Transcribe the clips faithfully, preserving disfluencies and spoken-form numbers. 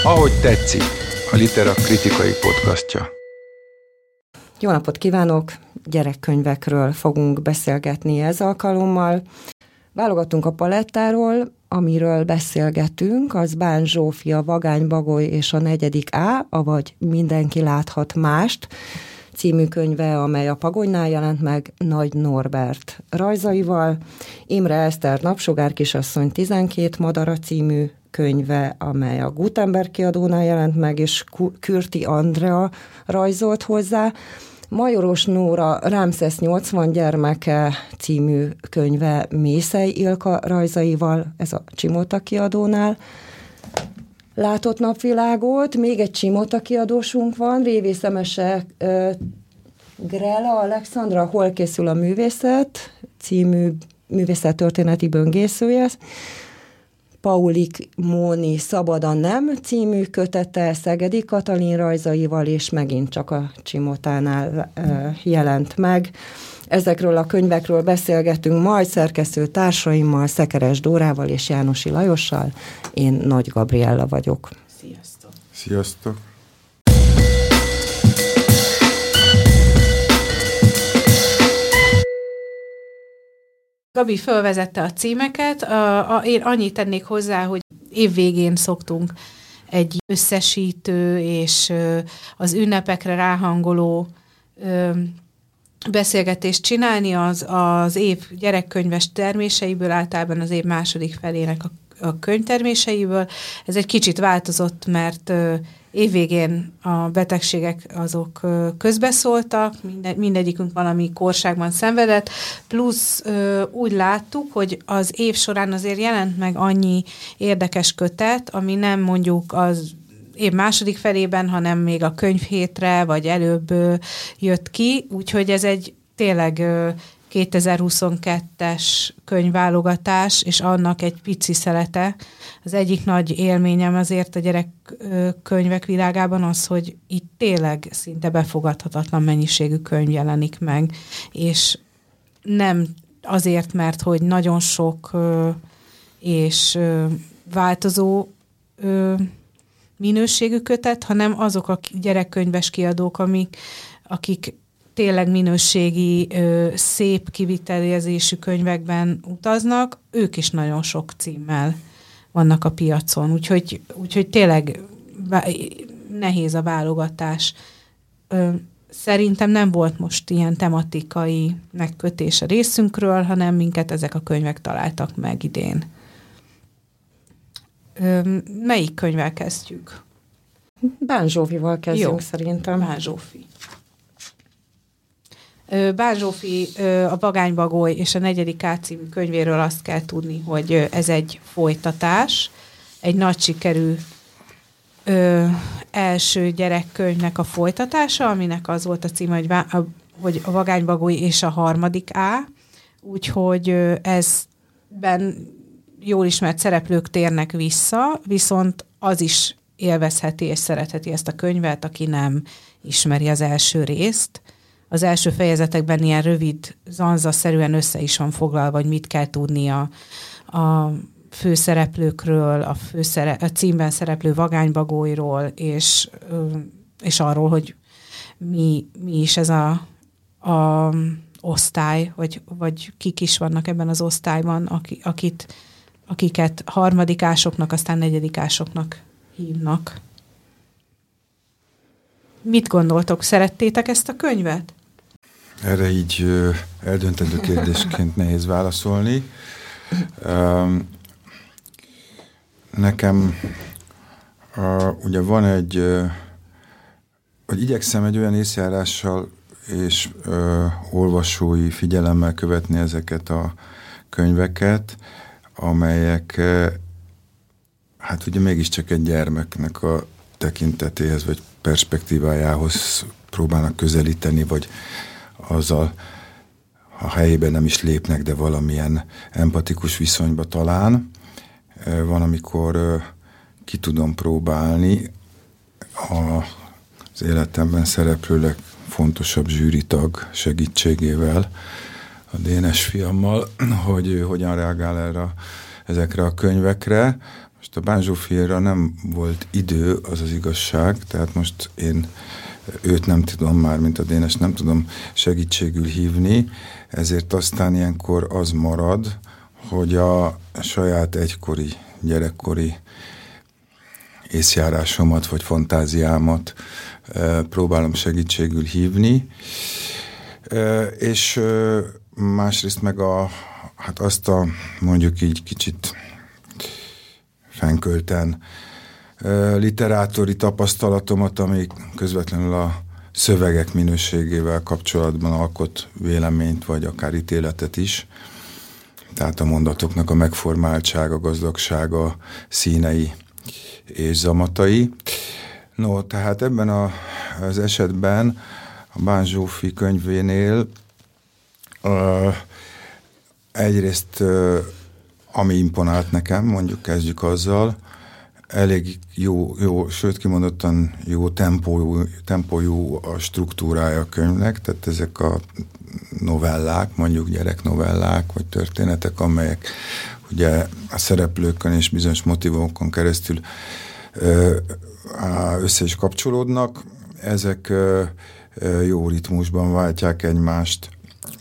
Ahogy tetszik, a Litera kritikai podcastja. Jó napot kívánok! Gyerekkönyvekről fogunk beszélgetni ez alkalommal. Válogatunk a palettáról, amiről beszélgetünk, az Bán Zsófia, Vagány Bagoly és a negyedik A, avagy Mindenki láthat mást című könyve, amely a Pagonynál jelent meg Nagy Norbert rajzaival. Imre Eszter Napsugár kisasszony tizenkét madara című könyve, amely a Gutenberg kiadónál jelent meg, és Kürti Andrea rajzolt hozzá. Majoros Nóra Rámszesz nyolcvan gyermeke című könyve Mészei Ilka rajzaival, ez a Csimota kiadónál látott napvilágot. Még egy Csimota kiadósunk van, Révész Emese uh, Grela Alexandra, Hol készül a művészet című művészettörténeti böngészője. Paulik Móni Szabadan nem című kötete Szegedi Katalin rajzaival, és megint csak a Csimotánál uh, jelent meg. Ezekről a könyvekről beszélgetünk majd szerkesztő társaimmal, Szekeres Dórával és Jánosi Lajossal. Én Nagy Gabriella vagyok. Sziasztok! Sziasztok! Gabi felvezette a címeket, a, a, én annyit tennék hozzá, hogy évvégén szoktunk egy összesítő és az ünnepekre ráhangoló ö, beszélgetést csinálni az, az év gyerekkönyves terméseiből, általában az év második felének a, a könyvterméseiből. Ez egy kicsit változott, mert ö, évvégén a betegségek azok közbeszóltak, minde, mindegyikünk valami kórságban szenvedett, plusz ö, úgy láttuk, hogy az év során azért jelent meg annyi érdekes kötet, ami nem mondjuk az év második felében, hanem még a könyvhétre, vagy előbb ö, jött ki, úgyhogy ez egy tényleg ö, kétezer-huszonkettes könyvválogatás, és annak egy pici szelete. Az egyik nagy élményem azért a gyerekkönyvek világában az, hogy itt tényleg szinte befogadhatatlan mennyiségű könyv jelenik meg, és nem azért, mert hogy nagyon sok és változó minőségű kötet, hanem azok a gyerekkönyves kiadók, amik, akik tényleg minőségi, szép kivitelezésű könyvekben utaznak, ők is nagyon sok címmel vannak a piacon. Úgyhogy, úgyhogy tényleg nehéz a válogatás. Szerintem nem volt most ilyen tematikai megkötés a részünkről, hanem minket ezek a könyvek találtak meg idén. Melyik könyvvel kezdjük? Bán Zsófival kezdjünk. Jó. Szerintem. Bán Zsófi. Bán Zsófi, a Vagány Bagoly és a negyedik A című könyvéről azt kell tudni, hogy ez egy folytatás, egy nagy sikerű ö, első gyerekkönyvnek a folytatása, aminek az volt a címe, hogy, a, hogy a Vagány Bagoly és a harmadik A, úgyhogy ezben jól ismert szereplők térnek vissza, viszont az is élvezheti és szeretheti ezt a könyvet, aki nem ismeri az első részt. Az első fejezetekben ilyen rövid, zanzaszerűen össze is van foglalva, hogy mit kell tudni a, a főszereplőkről, a, főszere, a címben szereplő Vagány Bagolyról, és, és arról, hogy mi, mi is ez a, a osztály, vagy, vagy kik is vannak ebben az osztályban, aki, akit, akiket harmadikásoknak, aztán negyedikásoknak hívnak. Mit gondoltok? Szerettétek ezt a könyvet? Erre így eldöntendő kérdésként nehéz válaszolni. Nekem ugye van egy, hogy igyekszem egy olyan észjárással és olvasói figyelemmel követni ezeket a könyveket, amelyek hát ugye mégiscsak egy gyermeknek a tekintetéhez, vagy perspektívájához próbálnak közelíteni, vagy azzal a helyében nem is lépnek, de valamilyen empatikus viszonyba talán. Van, amikor ki tudom próbálni az életemben szereplő legfontosabb zsűritag segítségével, a Dénes fiammal, hogy hogyan reagál erre, ezekre a könyvekre. Most a Bán Zsófira nem volt idő, az az igazság, tehát most én őt nem tudom már, mint a Dénes, nem tudom segítségül hívni, ezért aztán ilyenkor az marad, hogy a saját egykori, gyerekkori észjárásomat vagy fantáziámat e, próbálom segítségül hívni, e, és e, másrészt meg a, hát azt a mondjuk így kicsit fenkölten e, literátori tapasztalatomat, ami közvetlenül a szövegek minőségével kapcsolatban alkot véleményt, vagy akár ítéletet is. Tehát a mondatoknak a megformáltsága, gazdagsága, színei és zamatai. No, tehát ebben a, az esetben a Bán Zsófi könyvénél uh, egyrészt uh, ami imponált nekem, mondjuk kezdjük azzal, elég jó, jó sőt kimondottan jó tempójú, tempójú a struktúrája a könyvnek, tehát ezek a novellák, mondjuk gyereknovellák, vagy történetek, amelyek ugye a szereplőkön és bizonyos motivumokon keresztül ö, össze is kapcsolódnak, ezek ö, jó ritmusban váltják egymást.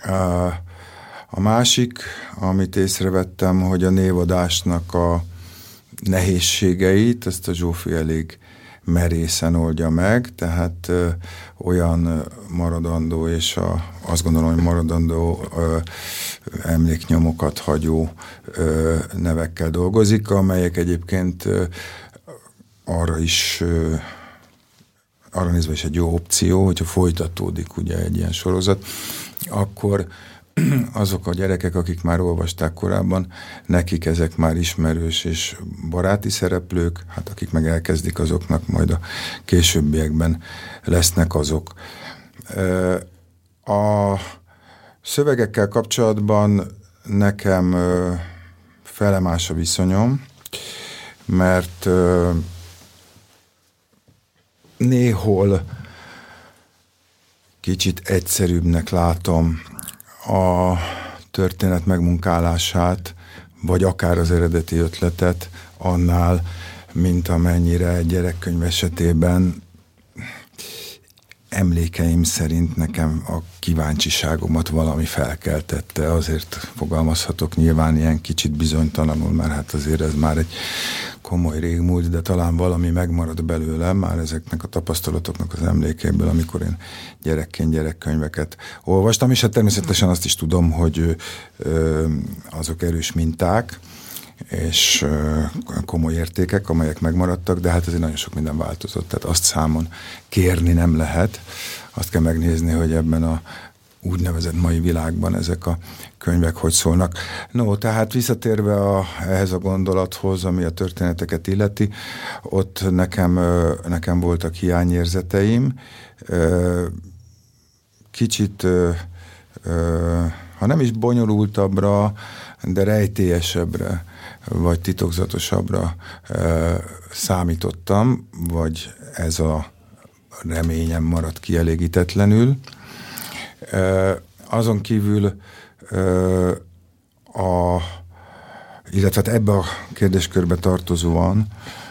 A másik, amit észrevettem, hogy a névadásnak a nehézségeit, ezt a Zsófi elég merészen oldja meg, tehát ö, olyan maradandó, és a, azt gondolom, hogy maradandó ö, emléknyomokat hagyó ö, nevekkel dolgozik, amelyek egyébként ö, arra is ö, arra nézve is egy jó opció, hogyha folytatódik ugye egy ilyen sorozat, akkor azok a gyerekek, akik már olvasták korábban, nekik ezek már ismerős és baráti szereplők, hát akik meg elkezdik, azoknak majd a későbbiekben lesznek azok. A szövegekkel kapcsolatban nekem felemás a viszonyom, mert néhol kicsit egyszerűbbnek látom a történet megmunkálását, vagy akár az eredeti ötletet annál, mint amennyire egy gyerekkönyv esetében emlékeim szerint nekem a kíváncsiságomat valami felkeltette, azért fogalmazhatok nyilván ilyen kicsit bizonytalanul, mert hát azért ez már egy komoly régmúlt, de talán valami megmarad belőlem már ezeknek a tapasztalatoknak az emlékéből, amikor én gyerekként gyerekkönyveket olvastam, és hát természetesen azt is tudom, hogy ö, azok erős minták, és ö, komoly értékek, amelyek megmaradtak, de hát azért nagyon sok minden változott, tehát azt számon kérni nem lehet, azt kell megnézni, hogy ebben a úgynevezett mai világban ezek a könyvek hogy szólnak. No, tehát visszatérve a, ehhez a gondolathoz, ami a történeteket illeti, ott nekem, nekem voltak hiányérzeteim. Kicsit, ha nem is bonyolultabbra, de rejtélyesebbre, vagy titokzatosabbra számítottam, vagy ez a reményem maradt kielégítetlenül. Azon kívül a, illetve hát ebbe a kérdéskörbe tartozóan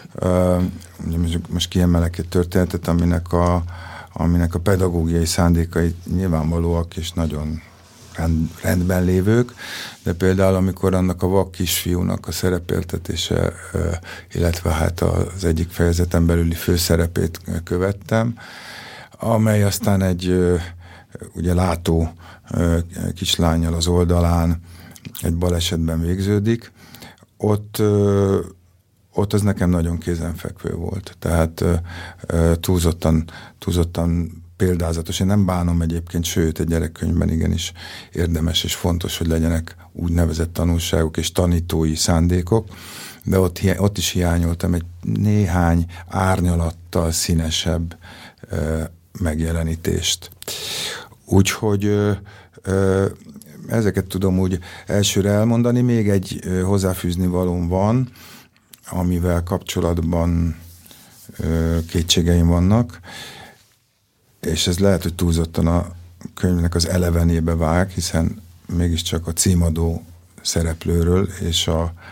most kiemelek egy történetet, aminek a, aminek a pedagógiai szándékai nyilvánvalóak és nagyon rend, rendben lévők, de például amikor annak a vak kisfiúnak a szerepeltetése, illetve hát az egyik fejezeten belüli főszerepét követtem, amely aztán egy ugye látó kislánnyal az oldalán egy balesetben végződik, ott, ott az nekem nagyon kézenfekvő volt. Tehát túlzottan, túlzottan példázatos. Én nem bánom egyébként, sőt, egy gyerekkönyvben igenis érdemes és fontos, hogy legyenek úgynevezett tanulságok és tanítói szándékok, de ott, ott is hiányoltam egy néhány árnyalattal színesebb megjelenítést. Úgyhogy ö, ö, ezeket tudom úgy elsőre elmondani. Még egy ö, hozzáfűzni valóm van, amivel kapcsolatban ö, kétségeim vannak, és ez lehet, hogy túlzottan a könyvnek az elevenébe vág, hiszen mégiscsak a címadó szereplőről és a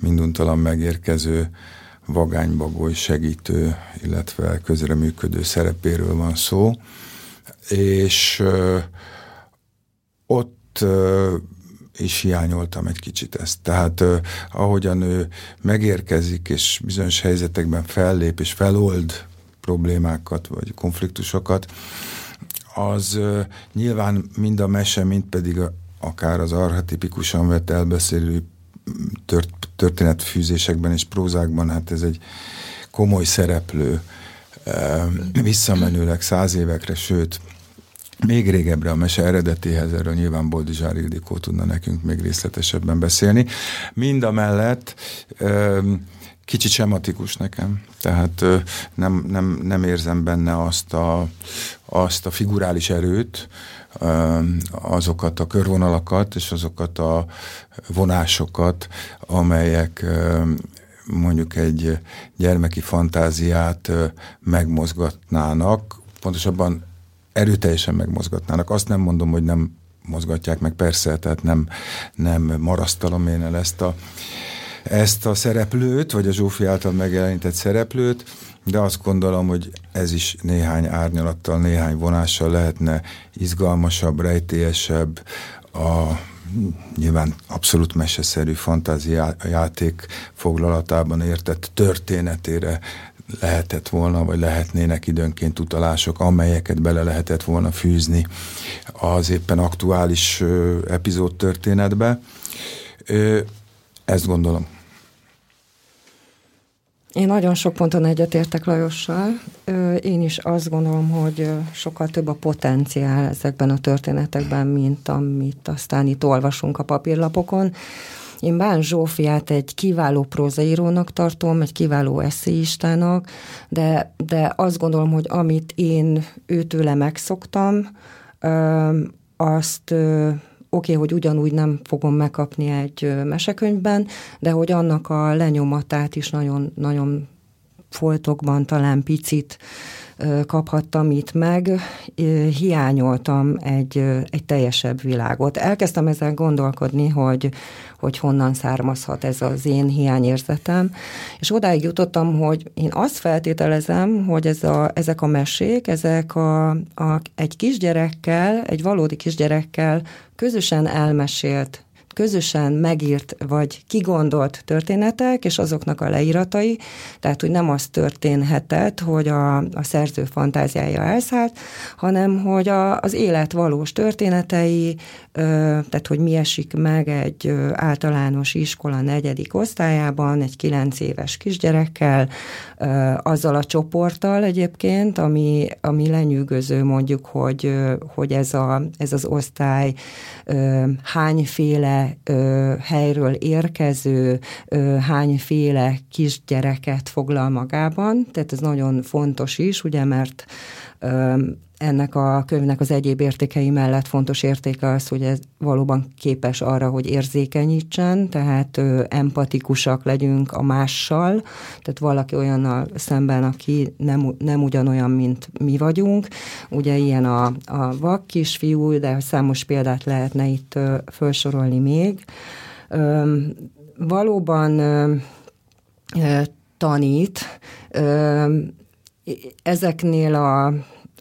minduntalan megérkező vagánybagoly segítő, illetve közreműködő szerepéről van szó, és ö, ott ö, is hiányoltam egy kicsit ezt. Tehát ö, ahogyan ő megérkezik, és bizonyos helyzetekben fellép, és felold problémákat, vagy konfliktusokat, az ö, nyilván mind a mese, mind pedig a, akár az archetipikusan vett elbeszélő tört, történetfűzésekben és prózákban, hát ez egy komoly szereplő, ö, visszamenőleg száz évekre, sőt, még régebbre a mese eredetéhez, erről nyilván Boldizsár Ildikó tudna nekünk még részletesebben beszélni. Mind a mellett ö, kicsit sematikus nekem, tehát ö, nem, nem, nem érzem benne azt a, azt a figurális erőt, ö, azokat a körvonalakat és azokat a vonásokat, amelyek ö, mondjuk egy gyermeki fantáziát ö, megmozgatnának, pontosabban erőteljesen megmozgatnának. Azt nem mondom, hogy nem mozgatják meg, persze, tehát nem, nem marasztalom én el ezt a, ezt a szereplőt, vagy a Zsófi által megjelenített szereplőt, de azt gondolom, hogy ez is néhány árnyalattal, néhány vonással lehetne izgalmasabb, rejtélyesebb, a nyilván abszolút meseszerű fantáziajáték foglalatában értett történetére lehetett volna, vagy lehetnének időnként utalások, amelyeket bele lehetett volna fűzni az éppen aktuális ö, epizód történetbe. Ö, ezt gondolom. Én nagyon sok ponton egyetértek Lajossal. Én is azt gondolom, hogy sokkal több a potenciál ezekben a történetekben, mint amit aztán itt olvasunk a papírlapokon. Én Bán Zsófiát egy kiváló prózaírónak tartom, egy kiváló eszéistának, de, de azt gondolom, hogy amit én őtőle megszoktam, azt oké, okay, hogy ugyanúgy nem fogom megkapni egy mesekönyvben, de hogy annak a lenyomatát is nagyon, nagyon foltokban talán picit kaphattam itt meg, hiányoltam egy, egy teljesebb világot. Elkezdtem ezen gondolkodni, hogy, hogy honnan származhat ez az én hiányérzetem, és odáig jutottam, hogy én azt feltételezem, hogy ez a, ezek a mesék, ezek a, a, egy kisgyerekkel, egy valódi kisgyerekkel közösen elmesélt, közösen megírt vagy kigondolt történetek, és azoknak a leíratai, tehát hogy nem az történhetett, hogy a, a szerző fantáziája elszállt, hanem hogy a, az élet valós történetei, ö, tehát hogy mi esik meg egy ö, általános iskola negyedik osztályában, egy kilenc éves kisgyerekkel, ö, azzal a csoporttal egyébként, ami, ami lenyűgöző mondjuk, hogy, ö, hogy ez, a, ez az osztály ö, hányféle Ö, helyről érkező, ö, hányféle kisgyereket foglal magában, tehát ez nagyon fontos is, ugye, mert ö, ennek a könyvnek az egyéb értékei mellett fontos értéke az, hogy ez valóban képes arra, hogy érzékenyítsen, tehát ö, empatikusak legyünk a mással, tehát valaki olyannal szemben, aki nem, nem ugyanolyan, mint mi vagyunk. Ugye ilyen a, a vak kisfiú, de számos példát lehetne itt ö, felsorolni még. Ö, valóban ö, ö, tanít, ö, ezeknél a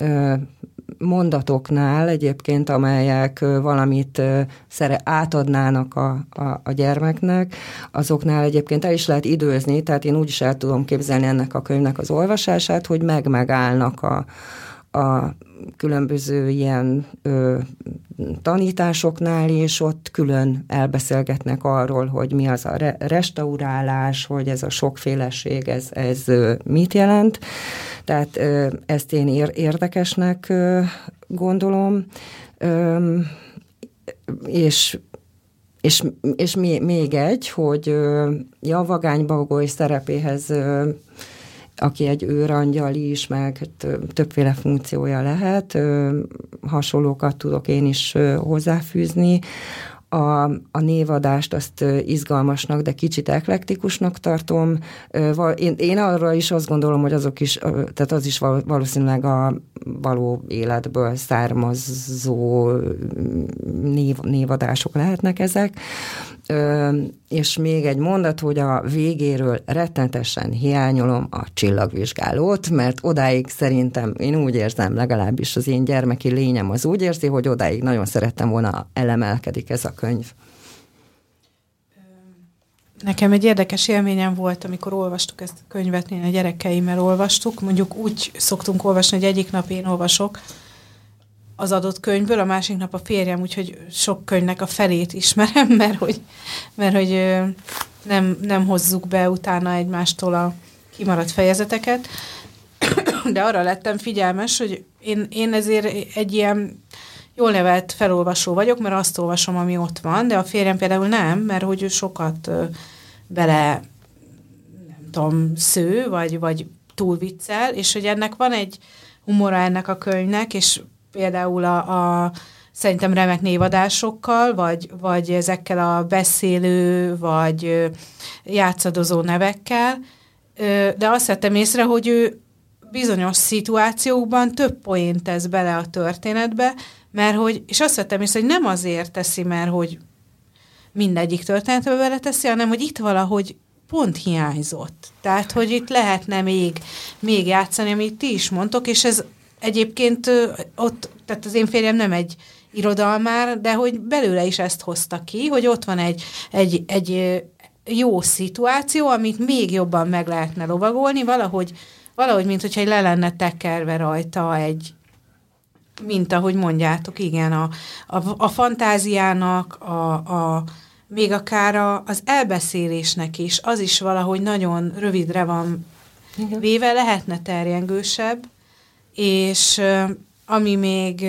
mondatoknál egyébként, amelyek valamit szere átadnának a, a, a gyermeknek, azoknál egyébként el is lehet időzni, tehát én úgy is el tudom képzelni ennek a könyvnek az olvasását, hogy meg-megállnak a, a különböző ilyen ö, tanításoknál, és ott külön elbeszélgetnek arról, hogy mi az a re- restaurálás, hogy ez a sokféleség, ez, ez ö, mit jelent. Tehát ö, ezt én ér- érdekesnek ö, gondolom, ö, és és, és még egy, hogy ö, ja, Vagánybagoly szerepéhez ö, aki egy őrangyal is, meg többféle funkciója lehet. Hasonlókat tudok én is hozzáfűzni. A, a névadást azt izgalmasnak, de kicsit eklektikusnak tartom. Én, én arra is azt gondolom, hogy azok is, tehát az is valószínűleg a való életből származó név, névadások lehetnek ezek. és még egy mondat, hogy a végéről rettenetesen hiányolom a csillagvizsgálót, mert odáig szerintem, én úgy érzem, legalábbis az én gyermeki lényem az úgy érzi, hogy odáig nagyon szerettem volna, elemelkedik ez a könyv. Nekem egy érdekes élményem volt, amikor olvastuk ezt a könyvet, én a gyerekeimmel olvastuk, mondjuk úgy szoktunk olvasni, hogy egyik nap én olvasok az adott könyvből, a másik nap a férjem, úgyhogy sok könyvnek a felét ismerem, mert hogy, mert, hogy nem, nem hozzuk be utána egymástól a kimaradt fejezeteket. De arra lettem figyelmes, hogy én, én ezért egy ilyen jól nevelt felolvasó vagyok, mert azt olvasom, ami ott van, de a férjem például nem, mert hogy ő sokat ö, bele, nem tudom, sző, vagy, vagy túl viccel, és hogy ennek van egy humora ennek a könyvnek, és például a, a szerintem remek névadásokkal, vagy, vagy ezekkel a beszélő, vagy játszadozó nevekkel, de azt vettem észre, hogy ő bizonyos szituációkban több poént tesz bele a történetbe, mert hogy, és azt vettem észre, hogy nem azért teszi, mert hogy mindegyik történetbe beleteszi, hanem hogy itt valahogy pont hiányzott. Tehát, hogy itt lehetne még, még játszani, amit ti is mondtok, és ez egyébként ott, tehát az én férjem nem egy irodalmár, de hogy belőle is ezt hozta ki, hogy ott van egy, egy, egy jó szituáció, amit még jobban meg lehetne lovagolni, valahogy, valahogy mint hogyha le lenne tekerve rajta egy, mint ahogy mondjátok, igen, a, a, a fantáziának, a, a, még akár a, az elbeszélésnek is, az is valahogy nagyon rövidre van igen. véve, lehetne terjengősebb, és ami még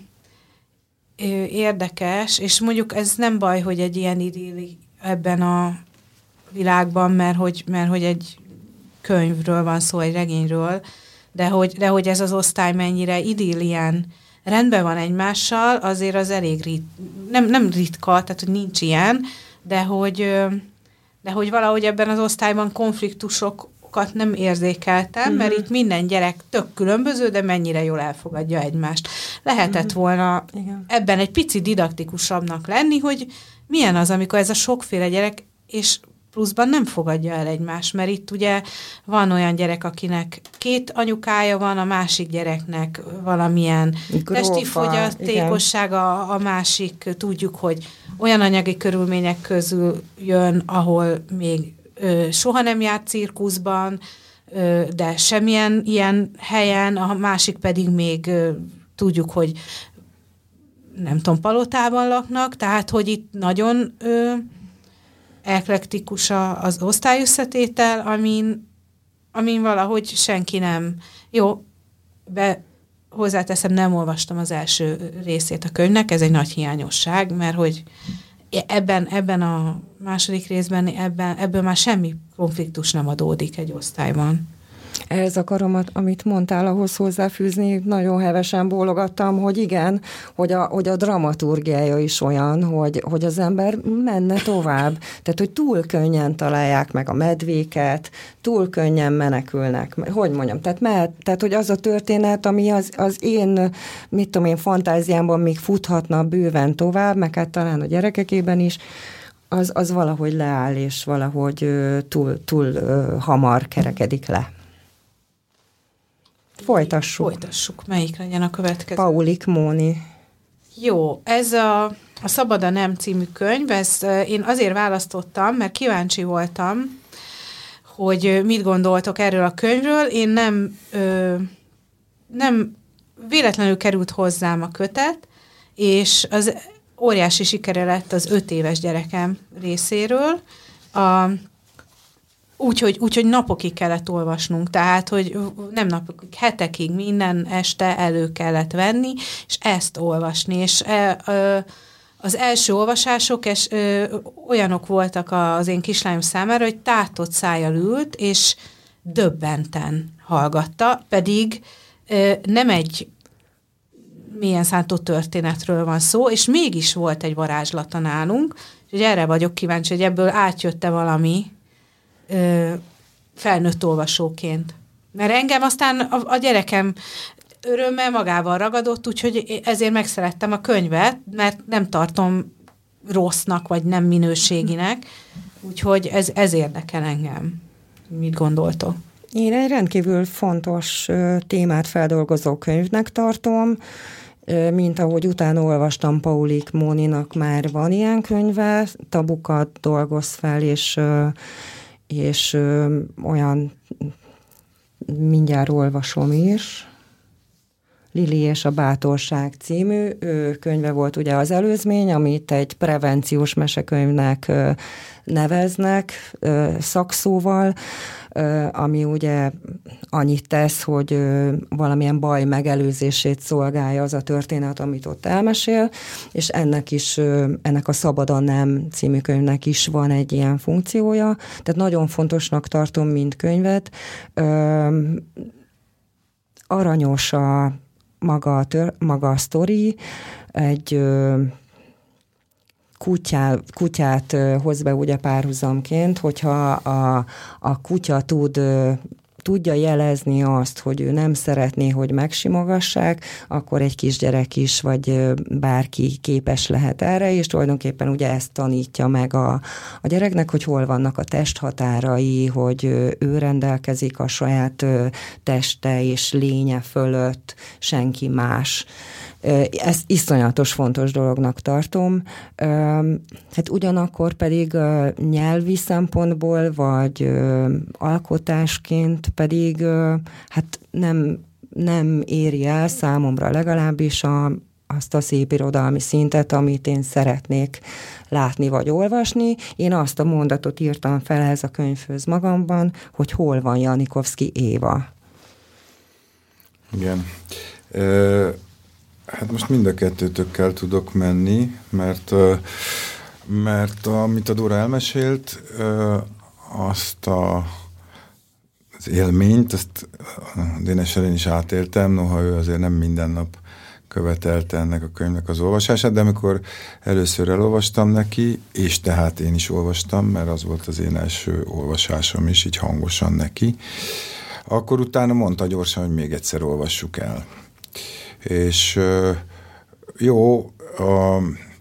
érdekes, és mondjuk ez nem baj, hogy egy ilyen idilli ebben a világban, mert hogy, mert hogy egy könyvről van szó, egy regényről, de hogy, de hogy ez az osztály mennyire idillien rendben van egymással, azért az elég rit, nem, nem ritka, tehát hogy nincs ilyen, de hogy, de hogy valahogy ebben az osztályban konfliktusok nem érzékeltem, uh-huh. mert itt minden gyerek tök különböző, de mennyire jól elfogadja egymást. Lehetett uh-huh. volna igen. ebben egy pici didaktikusabbnak lenni, hogy milyen az, amikor ez a sokféle gyerek, és pluszban nem fogadja el egymást, mert itt ugye van olyan gyerek, akinek két anyukája van, a másik gyereknek valamilyen Grófa, testi fogyatékossága, a másik tudjuk, hogy olyan anyagi körülmények közül jön, ahol még Ö, soha nem járt cirkuszban, ö, de semmilyen ilyen helyen, a másik pedig még ö, tudjuk, hogy nem tudom, palotában laknak, tehát, hogy itt nagyon ö, eklektikus az osztályösszetétel, amin, amin valahogy senki nem. Jó, be hozzáteszem, nem olvastam az első részét a könyvnek, ez egy nagy hiányosság, mert hogy Ebben, ebben a második részben ebben, ebből már semmi konfliktus nem adódik egy osztályban. Ehhez akarom, amit mondtál, ahhoz hozzáfűzni, nagyon hevesen bólogattam, hogy igen, hogy a, hogy a dramaturgiája is olyan, hogy, hogy az ember menne tovább. Tehát, hogy túl könnyen találják meg a medvéket, túl könnyen menekülnek. Hogy mondjam, tehát, mert, tehát hogy az a történet, ami az, az én, mit tudom én, fantáziámban még futhatna bőven tovább, meg hát talán a gyerekekében is, az, az valahogy leáll, és valahogy uh, túl, túl uh, hamar kerekedik le. Folytassuk. Folytassuk. Melyik legyen a következő? Paulik Móni. Jó, ez a, a Szabad a Nem című könyv, ezt én azért választottam, mert kíváncsi voltam, hogy mit gondoltok erről a könyvről. Én nem, ö, nem véletlenül került hozzám a kötet, és az óriási sikere lett az öt éves gyerekem részéről. A Úgyhogy úgy, hogy napokig kellett olvasnunk, tehát, hogy nem napokig, hetekig minden este elő kellett venni, és ezt olvasni, és e, ö, az első olvasások és, ö, olyanok voltak az én kislányom számára, hogy tátott szájjal ült, és döbbenten hallgatta, pedig ö, nem egy mélyen szántó történetről van szó, és mégis volt egy varázslata nálunk, és erre vagyok kíváncsi, hogy ebből átjött-e valami Ö, felnőtt olvasóként. Mert engem aztán a, a gyerekem örömmel magával ragadott, úgyhogy ezért megszerettem a könyvet, mert nem tartom rossznak, vagy nem minőséginek. Úgyhogy ez, ez érdekel engem. Mit gondoltok? Én egy rendkívül fontos témát feldolgozó könyvnek tartom, mint ahogy utána olvastam, Paulik Móninak már van ilyen könyve, tabukat dolgoz fel, és, és olyan, mindjárt olvasom is, Lili és a bátorság című könyve volt ugye az előzmény, amit egy prevenciós mesekönyvnek neveznek szakszóval, ami ugye annyit tesz, hogy valamilyen baj megelőzését szolgálja az a történet, amit ott elmesél, és ennek is, ennek a Szabad a Nem című könyvnek is van egy ilyen funkciója, tehát nagyon fontosnak tartom, mint könyvet. Aranyos a maga a, tör, maga a sztori, egy kutyá, kutyát hoz be ugye párhuzamként, hogyha a, a kutya tud, tudja jelezni azt, hogy ő nem szeretné, hogy megsimogassák, akkor egy kisgyerek is, vagy bárki képes lehet erre, és tulajdonképpen ugye ezt tanítja meg a, a gyereknek, hogy hol vannak a testhatárai, hogy ő rendelkezik a saját teste és lénye fölött, senki más. Ezt iszonyatos fontos dolognak tartom. Hát ugyanakkor pedig nyelvi szempontból, vagy alkotásként pedig hát nem, nem éri el számomra legalábbis a, azt a szépirodalmi szintet, amit én szeretnék látni vagy olvasni. Én azt a mondatot írtam fel ehhez a könyvhöz magamban, hogy hol van Janikovszky Éva. Igen. Ö- Hát most mind a kettőtökkel tudok menni, mert, mert amit a Dóra elmesélt, azt a, az élményt, azt Dénessel én is átéltem, noha ő azért nem minden nap követelte ennek a könyvnek az olvasását, de amikor először elolvastam neki, és tehát én is olvastam, mert az volt az én első olvasásom is, így hangosan neki, akkor utána mondta gyorsan, hogy még egyszer olvassuk el. És jó, a,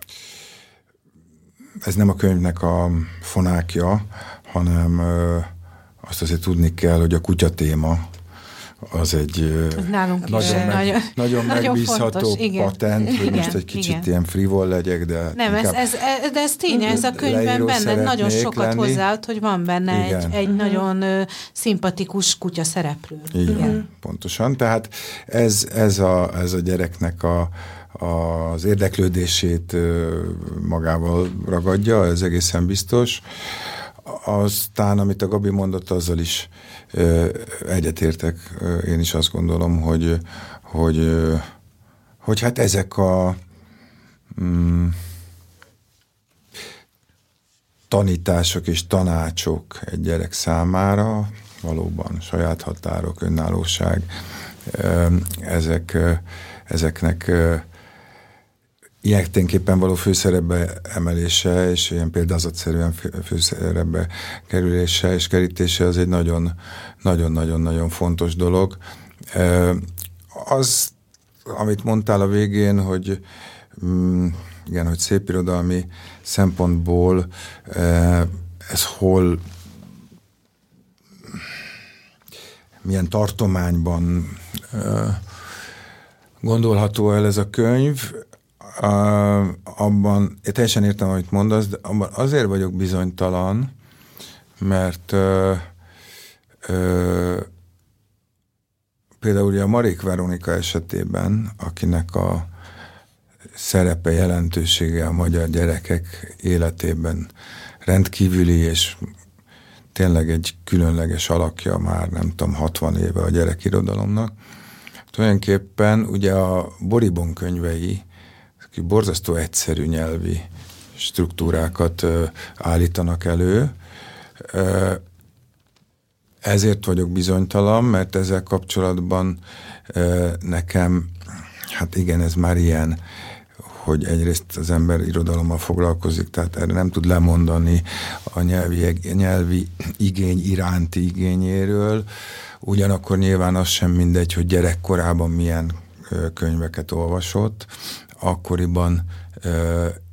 ez nem a könyvnek a fonákja, hanem azt azért tudni kell, hogy a kutya téma az egy nálunk nagyon, is, meg, nagyon, nagyon megbízható fontos, patent, hogy igen, most egy kicsit igen. ilyen frivol legyek, de nem, ez, ez, ez, de ez tényleg, ez a könyvben benne nagyon sokat lenni. hozzáad, hogy van benne egy, egy uh-huh. nagyon uh, szimpatikus kutya szereplő. Így uh-huh. van, pontosan. Tehát ez, ez, a, ez a gyereknek a, az érdeklődését magával ragadja, ez egészen biztos. Aztán, amit a Gabi mondott, azzal is egyetértek. Én is azt gondolom, hogy, hogy, hogy hát ezek a mm, tanítások és tanácsok egy gyerek számára, valóban saját határok, önállóság, ezek, ezeknek ilyeténképpen való főszerepbe emelése, és ilyen példázatszerűen főszerepbe kerülése és kerítése, az egy nagyon-nagyon-nagyon fontos dolog. Az, amit mondtál a végén, hogy igen, hogy szépirodalmi szempontból ez hol, milyen tartományban gondolható el ez a könyv, Uh, abban, én teljesen értem, amit mondasz, de abban azért vagyok bizonytalan, mert uh, uh, például ugye a Marék Veronika esetében, akinek a szerepe, jelentősége a magyar gyerekek életében rendkívüli, és tényleg egy különleges alakja már nem tudom, hatvan éve a gyerekirodalomnak. Tulajdonképpen ugye a Boribon könyvei borzasztó egyszerű nyelvi struktúrákat ö, állítanak elő. Ö, ezért vagyok bizonytalan, mert ezzel kapcsolatban ö, nekem, hát igen, ez már ilyen, hogy egyrészt az ember irodalommal foglalkozik, tehát erre nem tud lemondani a nyelvi, nyelvi igény iránti igényéről. Ugyanakkor nyilván az sem mindegy, hogy gyerekkorában milyen ö, könyveket olvasott. Akkoriban ö,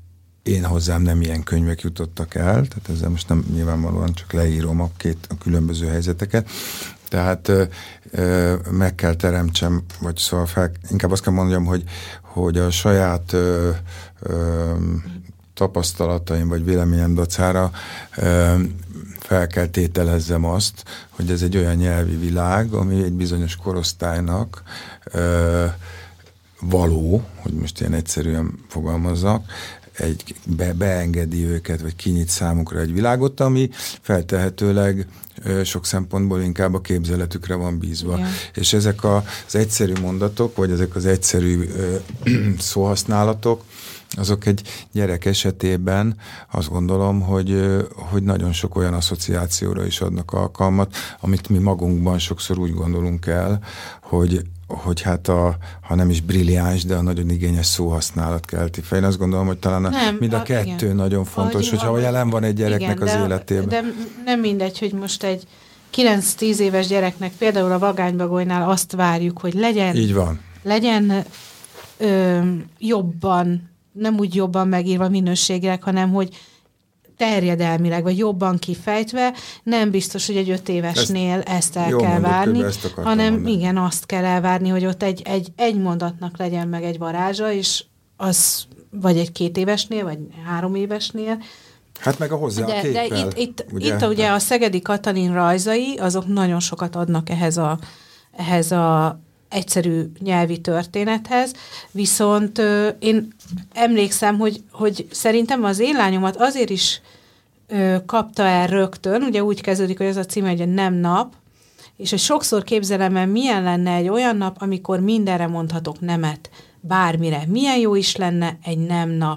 én hozzám nem ilyen könyvek jutottak el, tehát ezzel most nem nyilvánvalóan csak leírom a két a különböző helyzeteket. Tehát ö, ö, meg kell teremtsem, vagy szóval fel, inkább azt kell mondjam, hogy, hogy a saját ö, ö, tapasztalataim, vagy véleményem dacára ö, fel kell tételezzem azt, hogy ez egy olyan nyelvi világ, ami egy bizonyos korosztálynak ö, való, hogy most ilyen egyszerűen fogalmazzak, egy, be, beengedi őket, vagy kinyit számukra egy világot, ami feltehetőleg ö, sok szempontból inkább a képzeletükre van bízva. Igen. És ezek a, az egyszerű mondatok, vagy ezek az egyszerű ö, szóhasználatok, azok egy gyerek esetében azt gondolom, hogy, hogy nagyon sok olyan asszociációra is adnak alkalmat, amit mi magunkban sokszor úgy gondolunk el, hogy, hogy hát a, ha nem is brilliáns, de a nagyon igényes szóhasználat kelti fel. Én azt gondolom, hogy talán a, nem, mind a, a kettő igen. nagyon fontos, ahogy, hogyha jelen van egy gyereknek igen, az de, életében. De nem mindegy, hogy most egy kilenc-tíz éves gyereknek például a Vagánybagolynál azt várjuk, hogy legyen, így van. legyen ö, jobban, nem úgy jobban megírva minőségileg, hanem hogy terjedelmileg, vagy jobban kifejtve, nem biztos, hogy egy öt évesnél ezt, ezt el kell mondod, várni, hanem mondani. Igen, azt kell elvárni, hogy ott egy, egy, egy mondatnak legyen meg egy varázsa, és az vagy egy két évesnél, vagy három évesnél. Hát meg a hozzá de, a képpel. De itt, itt, ugye? itt ugye a Szegedi Katalin rajzai, azok nagyon sokat adnak ehhez a, ehhez a egyszerű nyelvi történethez, viszont ö, én emlékszem, hogy, hogy szerintem az én lányomat azért is ö, kapta el rögtön, ugye úgy kezdődik, hogy ez a címe, hogy nem nap, és hogy sokszor képzelem el, milyen lenne egy olyan nap, amikor mindenre mondhatok nemet, bármire. Milyen jó is lenne egy nem nap.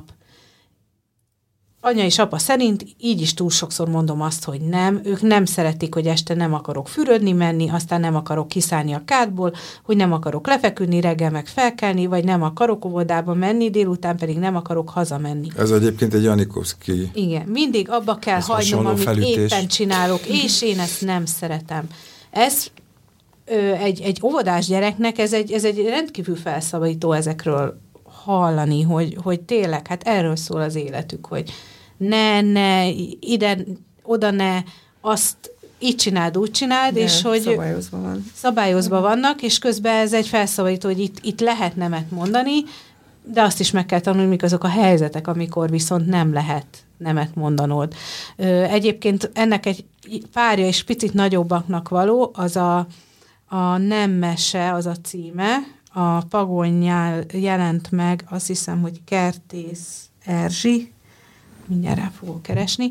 Anya és apa szerint így is túl sokszor mondom azt, hogy nem. Ők nem szeretik, hogy este nem akarok fürödni menni, aztán nem akarok kiszállni a kádból, hogy nem akarok lefeküdni, reggel meg felkelni, vagy nem akarok óvodába menni, délután pedig nem akarok hazamenni. Ez egyébként egy Janikovszky. Igen, mindig abba kell ez hagynom, amit felütés. Éppen csinálok, és én ezt nem szeretem. Ez ö, egy, egy óvodás gyereknek, ez egy, ez egy rendkívül felszabadító ezekről hallani, hogy, hogy tényleg, hát erről szól az életük, hogy ne, ne, ide, oda ne, azt így csináld, úgy csináld, de és hogy szabályozva van. Szabályozva vannak, és közben ez egy felszabadító, hogy itt, itt lehet nemet mondani, de azt is meg kell tanulni, mik azok a helyzetek, amikor viszont nem lehet nemet mondanod. Egyébként ennek egy párja és picit nagyobbaknak való, az a, a Nem mese, az a címe, a Pagonynyál jelent meg, azt hiszem, hogy Kertész Erzsi, mindjárt rá fogok keresni,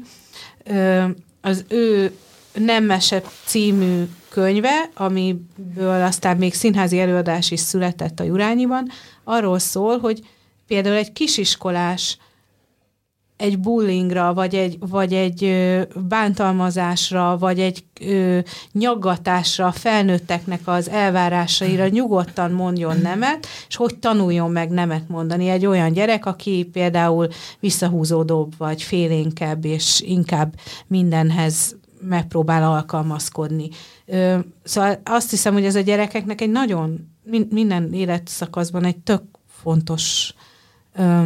az ő Nem mese című könyve, amiből aztán még színházi előadás is született a Jurányiban, arról szól, hogy például egy kisiskolás egy bullyingra, vagy egy, vagy egy ö, bántalmazásra, vagy egy ö, nyaggatásra, felnőtteknek az elvárásaira nyugodtan mondjon nemet, és hogy tanuljon meg nemet mondani egy olyan gyerek, aki például visszahúzódóbb, vagy félénkebb, és inkább mindenhez megpróbál alkalmazkodni. Ö, szóval azt hiszem, hogy ez a gyerekeknek egy nagyon, minden életszakaszban egy tök fontos ö,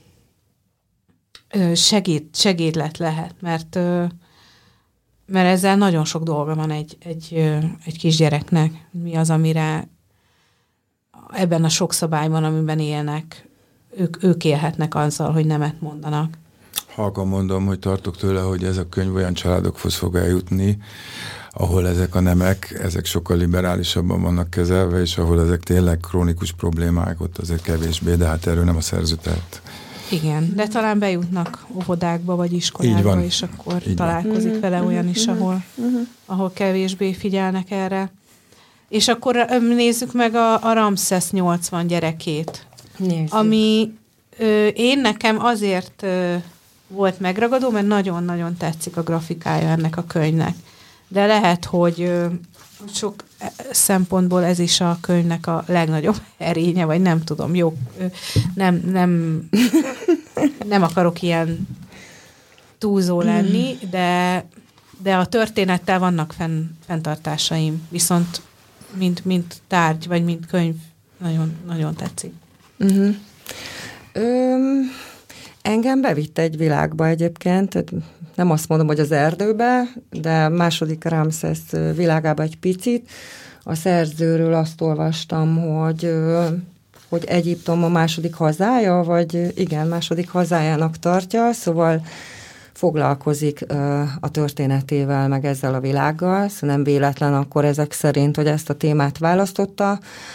Segít, segédlet lehet, mert, mert ezzel nagyon sok dolga van egy, egy, egy kisgyereknek. Mi az, amire ebben a sok szabályban, amiben élnek, ők, ők élhetnek azzal, hogy nemet mondanak. Halkan mondom, hogy tartok tőle, hogy ez a könyv olyan családokhoz fog eljutni, ahol ezek a nemek, ezek sokkal liberálisabban vannak kezelve, és ahol ezek tényleg krónikus problémák, ott azért kevésbé, de hát erről nem a szerző tehet. Igen, de talán bejutnak óvodákba vagy iskolákba, és akkor így találkozik van. Vele olyan is, ahol, ahol kevésbé figyelnek erre. És akkor nézzük meg a, a Ramszesz nyolcvan gyerekét, nézzük. Ami ö, én nekem azért ö, volt megragadó, mert nagyon-nagyon tetszik a grafikája ennek a könyvnek. De lehet, hogy ö, sok szempontból ez is a könyvnek a legnagyobb erénye, vagy nem tudom, jó, nem, nem, nem akarok ilyen túlzó lenni, de, de a történettel vannak fenn, fenntartásaim, viszont mint, mint tárgy, vagy mint könyv nagyon, nagyon tetszik. Uh-huh. Öm, Engem bevitt egy világba egyébként, nem azt mondom, hogy az erdőbe, de második Ramszesz világába egy picit. A szerzőről azt olvastam, hogy, hogy Egyiptom a második hazája, vagy igen, második hazájának tartja, szóval foglalkozik a történetével, meg ezzel a világgal, szóval nem véletlen akkor ezek szerint, hogy ezt a témát választotta.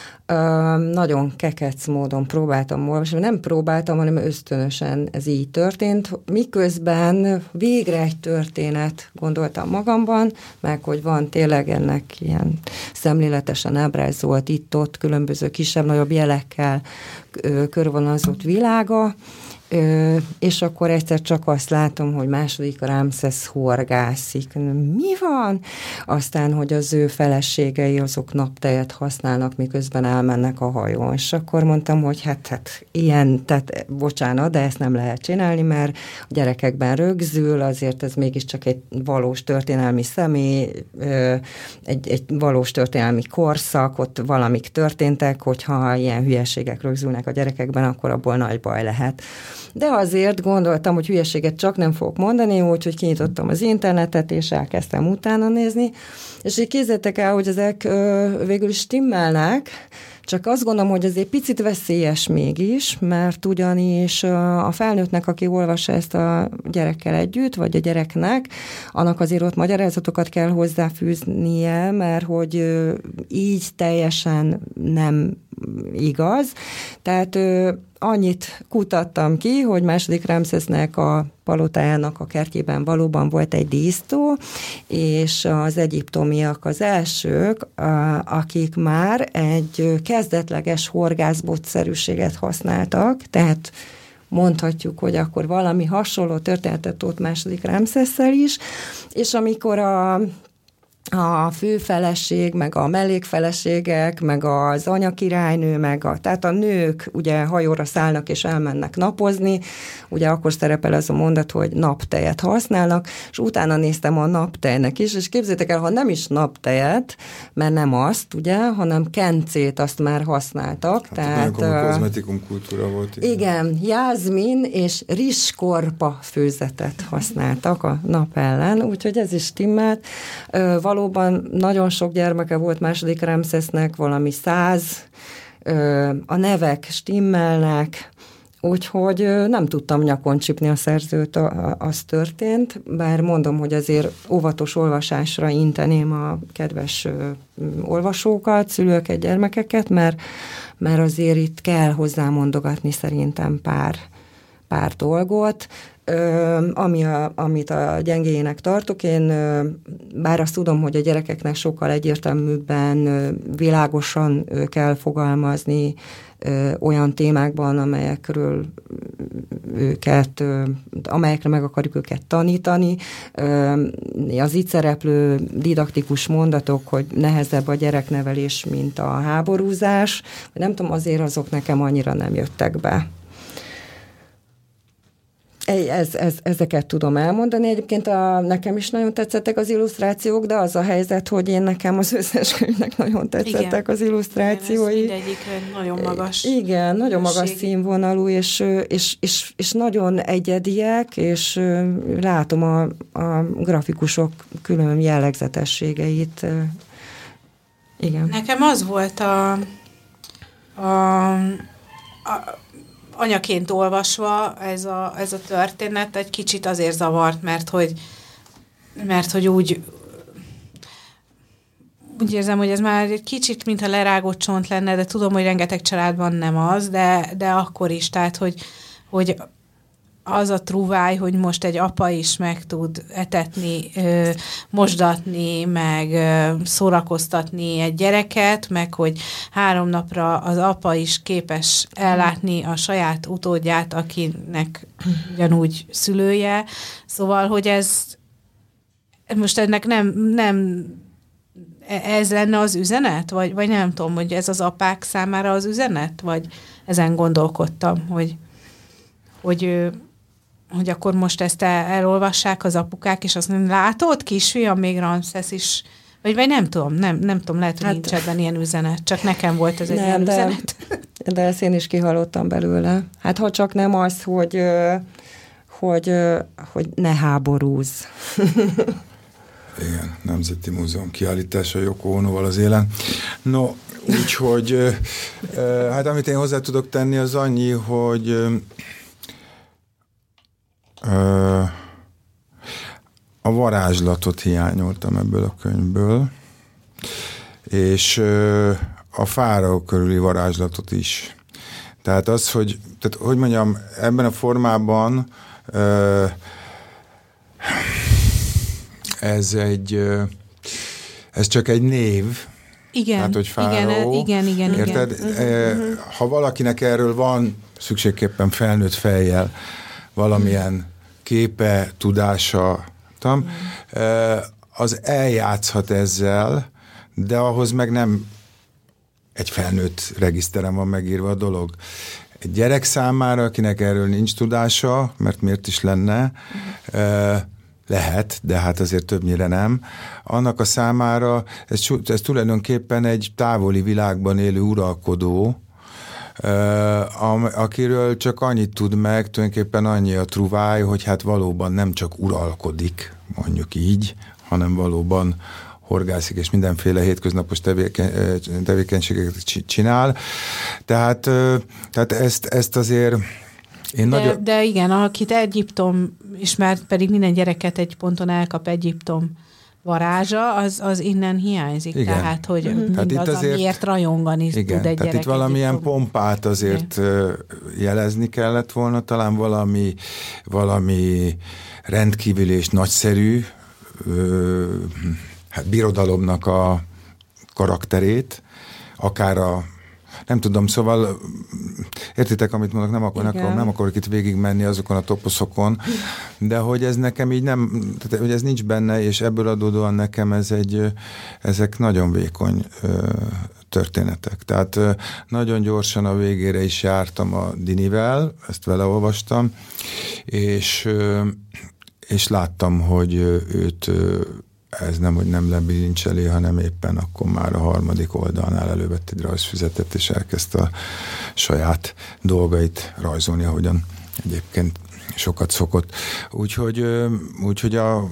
Uh, nagyon kekec módon próbáltam olvasni, nem próbáltam, hanem ösztönösen ez így történt, miközben végre egy történet gondoltam magamban, meg hogy van tényleg ennek ilyen szemléletesen ábrázolt itt-ott különböző kisebb-nagyobb jelekkel körvonalazott világa, Ö, és akkor egyszer csak azt látom, hogy második Ramszesz horgászik. Mi van? Aztán, hogy az ő feleségei azok naptejet használnak, miközben elmennek a hajón. És akkor mondtam, hogy hát, hát ilyen, tehát bocsánat, de ezt nem lehet csinálni, mert a gyerekekben rögzül, azért ez mégiscsak egy valós történelmi személy, ö, egy, egy valós történelmi korszak, ott valamik történtek, hogyha ilyen hülyeségek rögzülnek a gyerekekben, akkor abból nagy baj lehet. De azért gondoltam, hogy hülyeséget csak nem fogok mondani, úgyhogy kinyitottam az internetet, és elkezdtem utána nézni, és így képzeljétek el, hogy ezek ö, végül is stimmelnek, csak azt gondolom, hogy ez egy picit veszélyes mégis, mert ugyanis a felnőttnek, aki olvassa ezt a gyerekkel együtt, vagy a gyereknek, annak azért ott magyarázatokat kell hozzáfűznie, mert hogy így teljesen nem igaz. Tehát annyit kutattam ki, hogy második Ramszesznek a palotájának a kertjében valóban volt egy dísztó, és az egyiptomiak az elsők, akik már egy kezdetleges horgászbotszerűséget használtak, tehát mondhatjuk, hogy akkor valami hasonló történetet ott második Ramszesszel is, és amikor a a főfeleség, meg a mellékfeleségek, meg az anyakirálynő, meg a, tehát a nők ugye hajóra szállnak és elmennek napozni, ugye akkor szerepel ez a mondat, hogy naptejet használnak, és utána néztem a naptejnek is, és képzeljétek el, ha nem is naptejet, mert nem azt, ugye, hanem kencét azt már használtak. Hát tehát a kozmetikum kultúra volt. Igen, igen jázmin és rizskorpa főzetet használtak a nap ellen, úgyhogy ez is stimmelt. Valóban nagyon sok gyermeke volt második Ramszesznek, valami száz, a nevek stimmelnek, úgyhogy nem tudtam nyakon csipni a szerzőt, az történt, bár mondom, hogy azért óvatos olvasásra inteném a kedves olvasókat, szülőket, gyermekeket, mert, mert azért itt kell hozzámondogatni szerintem pár, pár dolgot. Ö, ami a, amit a gyengéjének tartok, én ö, bár azt tudom, hogy a gyerekeknek sokkal egyértelműbben, ö, világosan ö, kell fogalmazni ö, olyan témákban, amelyekről őket, ö, amelyekre meg akarjuk őket tanítani. Ö, az itt szereplő didaktikus mondatok, hogy nehezebb a gyereknevelés, mint a háborúzás, nem tudom, azért azok nekem annyira nem jöttek be. Ez, ez, ezeket tudom elmondani. Egyébként a, nekem is nagyon tetszettek az illusztrációk, de az a helyzet, hogy én nekem az összes könyvnek nagyon tetszettek igen. az illusztrációi. Igen, mindegyik nagyon magas. Igen, nagyon minőség. Magas színvonalú, és, és, és, és nagyon egyediek, és látom a, a grafikusok külön jellegzetességeit. Igen. Nekem az volt a, a, a anyaként olvasva ez a, ez a történet egy kicsit azért zavart, mert hogy, mert hogy úgy, úgy érzem, hogy ez már egy kicsit, mintha lerágott csont lenne, de tudom, hogy rengeteg családban nem az, de, de akkor is, tehát, hogy, hogy az a truváj, hogy most egy apa is meg tud etetni, mosdatni, meg szórakoztatni egy gyereket, meg hogy három napra az apa is képes ellátni a saját utódját, akinek ugyanúgy szülője. Szóval, hogy ez most ennek nem, nem ez lenne az üzenet? Vagy, vagy nem tudom, hogy ez az apák számára az üzenet? Vagy ezen gondolkodtam, hogy hogy hogy akkor most ezt el, elolvassák az apukák, és azt mondja, látod, kisfiam, még Ramszesz is, vagy, vagy nem tudom, nem, nem tudom, lehet, hogy hát, nincs ebben ilyen üzenet, csak nekem volt ez egy nem, ilyen de, üzenet. De ezt én is kihallottam belőle. Hát ha csak nem az, hogy hogy, hogy ne háborúzz. Igen, Nemzeti Múzeum kiállítása Yoko Onoval az élen. No, úgyhogy hát amit én hozzá tudok tenni, az annyi, hogy a varázslatot hiányoltam ebből a könyvből, és a fáraó körüli varázslatot is. Tehát az, hogy, tehát, hogy mondjam, ebben a formában ez egy, ez csak egy név. Igen, tehát, hogy fáraó, igen, igen, igen. Érted? Igen. Ha valakinek erről van szükségképpen felnőtt fejjel valamilyen képe, tudása, tam, az eljátszhat ezzel, de ahhoz meg nem egy felnőtt regiszteren van megírva a dolog. Egy gyerek számára, akinek erről nincs tudása, mert miért is lenne, lehet, de hát azért többnyire nem. Annak a számára ez, ez tulajdonképpen egy távoli világban élő uralkodó, akiről csak annyit tud meg, tulajdonképpen annyi a truváj, hogy hát valóban nem csak uralkodik, mondjuk így, hanem valóban horgászik, és mindenféle hétköznapos tevéken, tevékenységeket csinál. Tehát, tehát ezt, ezt azért én de, nagyon... de igen, akit Egyiptom ismert, pedig minden gyereket egy ponton elkap Egyiptom varázsa, az, az innen hiányzik. Igen. Tehát, hogy uh-huh. mindaz, tehát azért, amiért rajongani igen, tud egy tehát gyerek. itt valamilyen Egyiptom. pompát azért igen. jelezni kellett volna, talán valami, valami rendkívül és nagyszerű ö, hát birodalomnak a karakterét, akár a nem tudom, szóval értitek, amit mondok, nem, akar, nem, nem akarok itt végigmenni azokon a toposzokon, de hogy ez nekem így nem, tehát, hogy ez nincs benne, és ebből adódóan nekem ez egy, ezek nagyon vékony ö, történetek. Tehát ö, nagyon gyorsan a végére is jártam a Dinivel, ezt vele olvastam, és, ö, és láttam, hogy őt ö, ez nem, hogy nem lebilincseli, hanem éppen akkor már a harmadik oldalnál elővett egy rajzfüzetet, és elkezdte a saját dolgait rajzolni, ahogyan egyébként sokat szokott. Úgyhogy, úgyhogy a,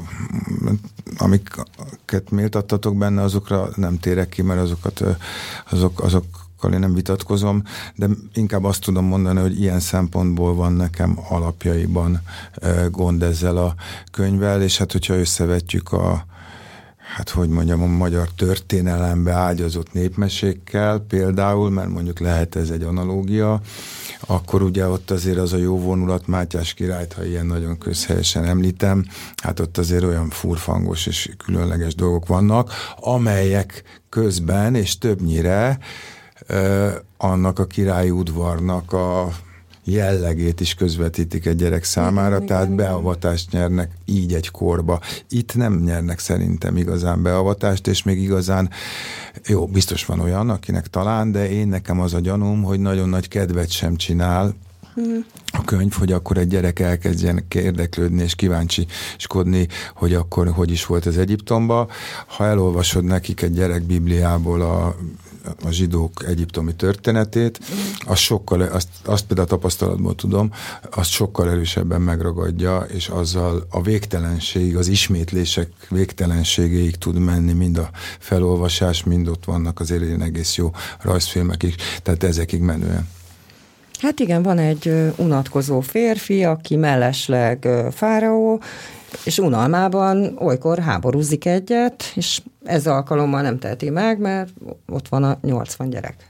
amiket méltattatok benne, azokra nem térek ki, mert azokat, azok, azokkal én nem vitatkozom, de inkább azt tudom mondani, hogy ilyen szempontból van nekem alapjaiban gond ezzel a könyvvel, és hát hogyha összevetjük a hát hogy mondjam, a magyar történelembe ágyazott népmesékkel például, mert mondjuk lehet ez egy analógia, akkor ugye ott azért az a jó vonulat, Mátyás királyt, ha ilyen nagyon közhelyesen említem, hát ott azért olyan furfangos és különleges dolgok vannak, amelyek közben és többnyire ö, annak a királyi udvarnak a jellegét is közvetítik egy gyerek számára, igen, tehát igen, beavatást nyernek így egy korba. Itt nem nyernek szerintem igazán beavatást, és még igazán, jó, biztos van olyan, akinek talán, de én nekem az a gyanúm, hogy nagyon nagy kedvet sem csinál a könyv, hogy akkor egy gyerek elkezdjen érdeklődni és kíváncsiskodni, hogy akkor hogy is volt az Egyiptomba. Ha elolvasod nekik egy gyerek Bibliából a a zsidók egyiptomi történetét, az sokkal, azt, azt például tapasztalatból tudom, azt sokkal erősebben megragadja, és azzal a végtelenség, az ismétlések végtelenségéig tud menni, mind a felolvasás, mind ott vannak azért ilyen egész jó rajzfilmek is, tehát ezekig menően. Hát igen, van egy unatkozó férfi, aki mellesleg fáraó, és unalmában olykor háborúzik egyet, és ez alkalommal nem teheti meg, mert ott van a nyolcvan gyerek.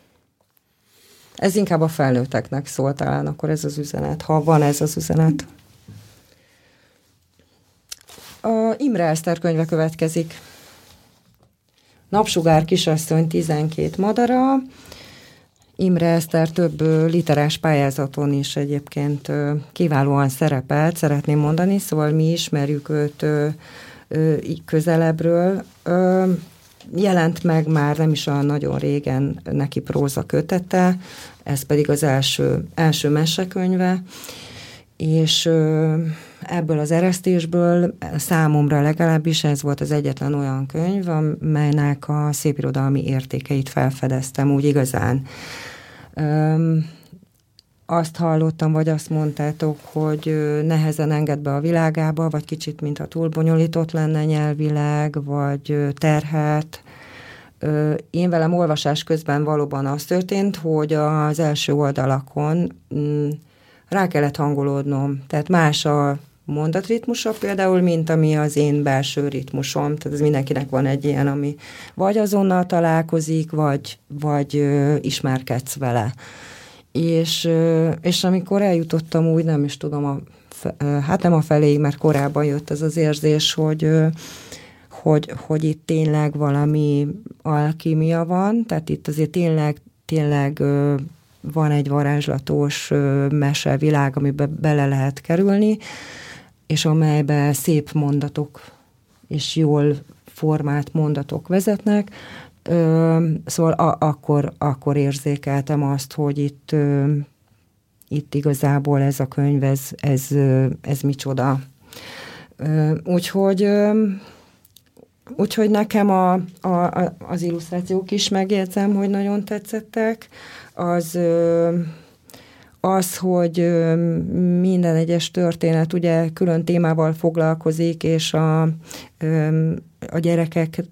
Ez inkább a felnőtteknek szól talán akkor ez az üzenet, ha van ez az üzenet. A Imre Eszter könyve következik. Napsugár kisasszony tizenkét madara. Imre Eszter több literás pályázaton is egyébként kiválóan szerepelt, szeretném mondani, szóval mi ismerjük őt közelebbről. Jelent meg már nem is olyan nagyon régen neki próza kötete, ez pedig az első, első mesekönyve, és ebből az eresztésből számomra legalábbis ez volt az egyetlen olyan könyv, amelynek a szépirodalmi értékeit felfedeztem úgy igazán. azt hallottam, vagy azt mondtátok, hogy nehezen enged be a világába, vagy kicsit, mintha túl bonyolított lenne nyelvileg, vagy terhet. Én velem olvasás közben valóban az történt, hogy az első oldalakon rá kellett hangolódnom. Tehát más a mondatritmusa például, mint ami az én belső ritmusom. Tehát ez mindenkinek van egy ilyen, ami vagy azonnal találkozik, vagy, vagy ö, ismerkedsz vele. És, ö, és amikor eljutottam úgy, nem is tudom, a, hát nem a feléig, mert korábban jött az az érzés, hogy, ö, hogy, hogy itt tényleg valami alkímia van, tehát itt azért tényleg, tényleg ö, van egy varázslatos ö, mesevilág, amiben bele lehet kerülni, és amelyben szép mondatok és jól formált mondatok vezetnek. Ö, szóval a, akkor, akkor érzékeltem azt, hogy itt, ö, itt igazából ez a könyv, ez, ez, ez micsoda. Ö, úgyhogy, ö, úgyhogy nekem a, a, az illusztrációk is megjegyzem, hogy nagyon tetszettek. Az... Ö, Az, hogy minden egyes történet ugye külön témával foglalkozik, és a, a gyerekek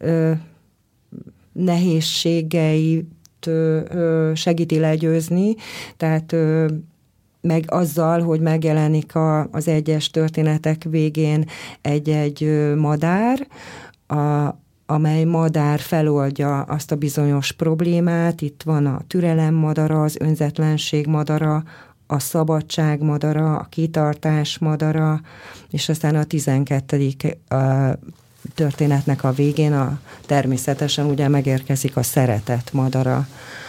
nehézségeit segíti legyőzni, tehát meg azzal, hogy megjelenik a, az egyes történetek végén egy-egy madár, a, amely madár feloldja azt a bizonyos problémát. Itt van a türelem madara, az önzetlenség madara, a szabadság madara, a kitartás madara, és aztán a tizenkettedik történetnek a végén a, természetesen ugye megérkezik a szeretet madara.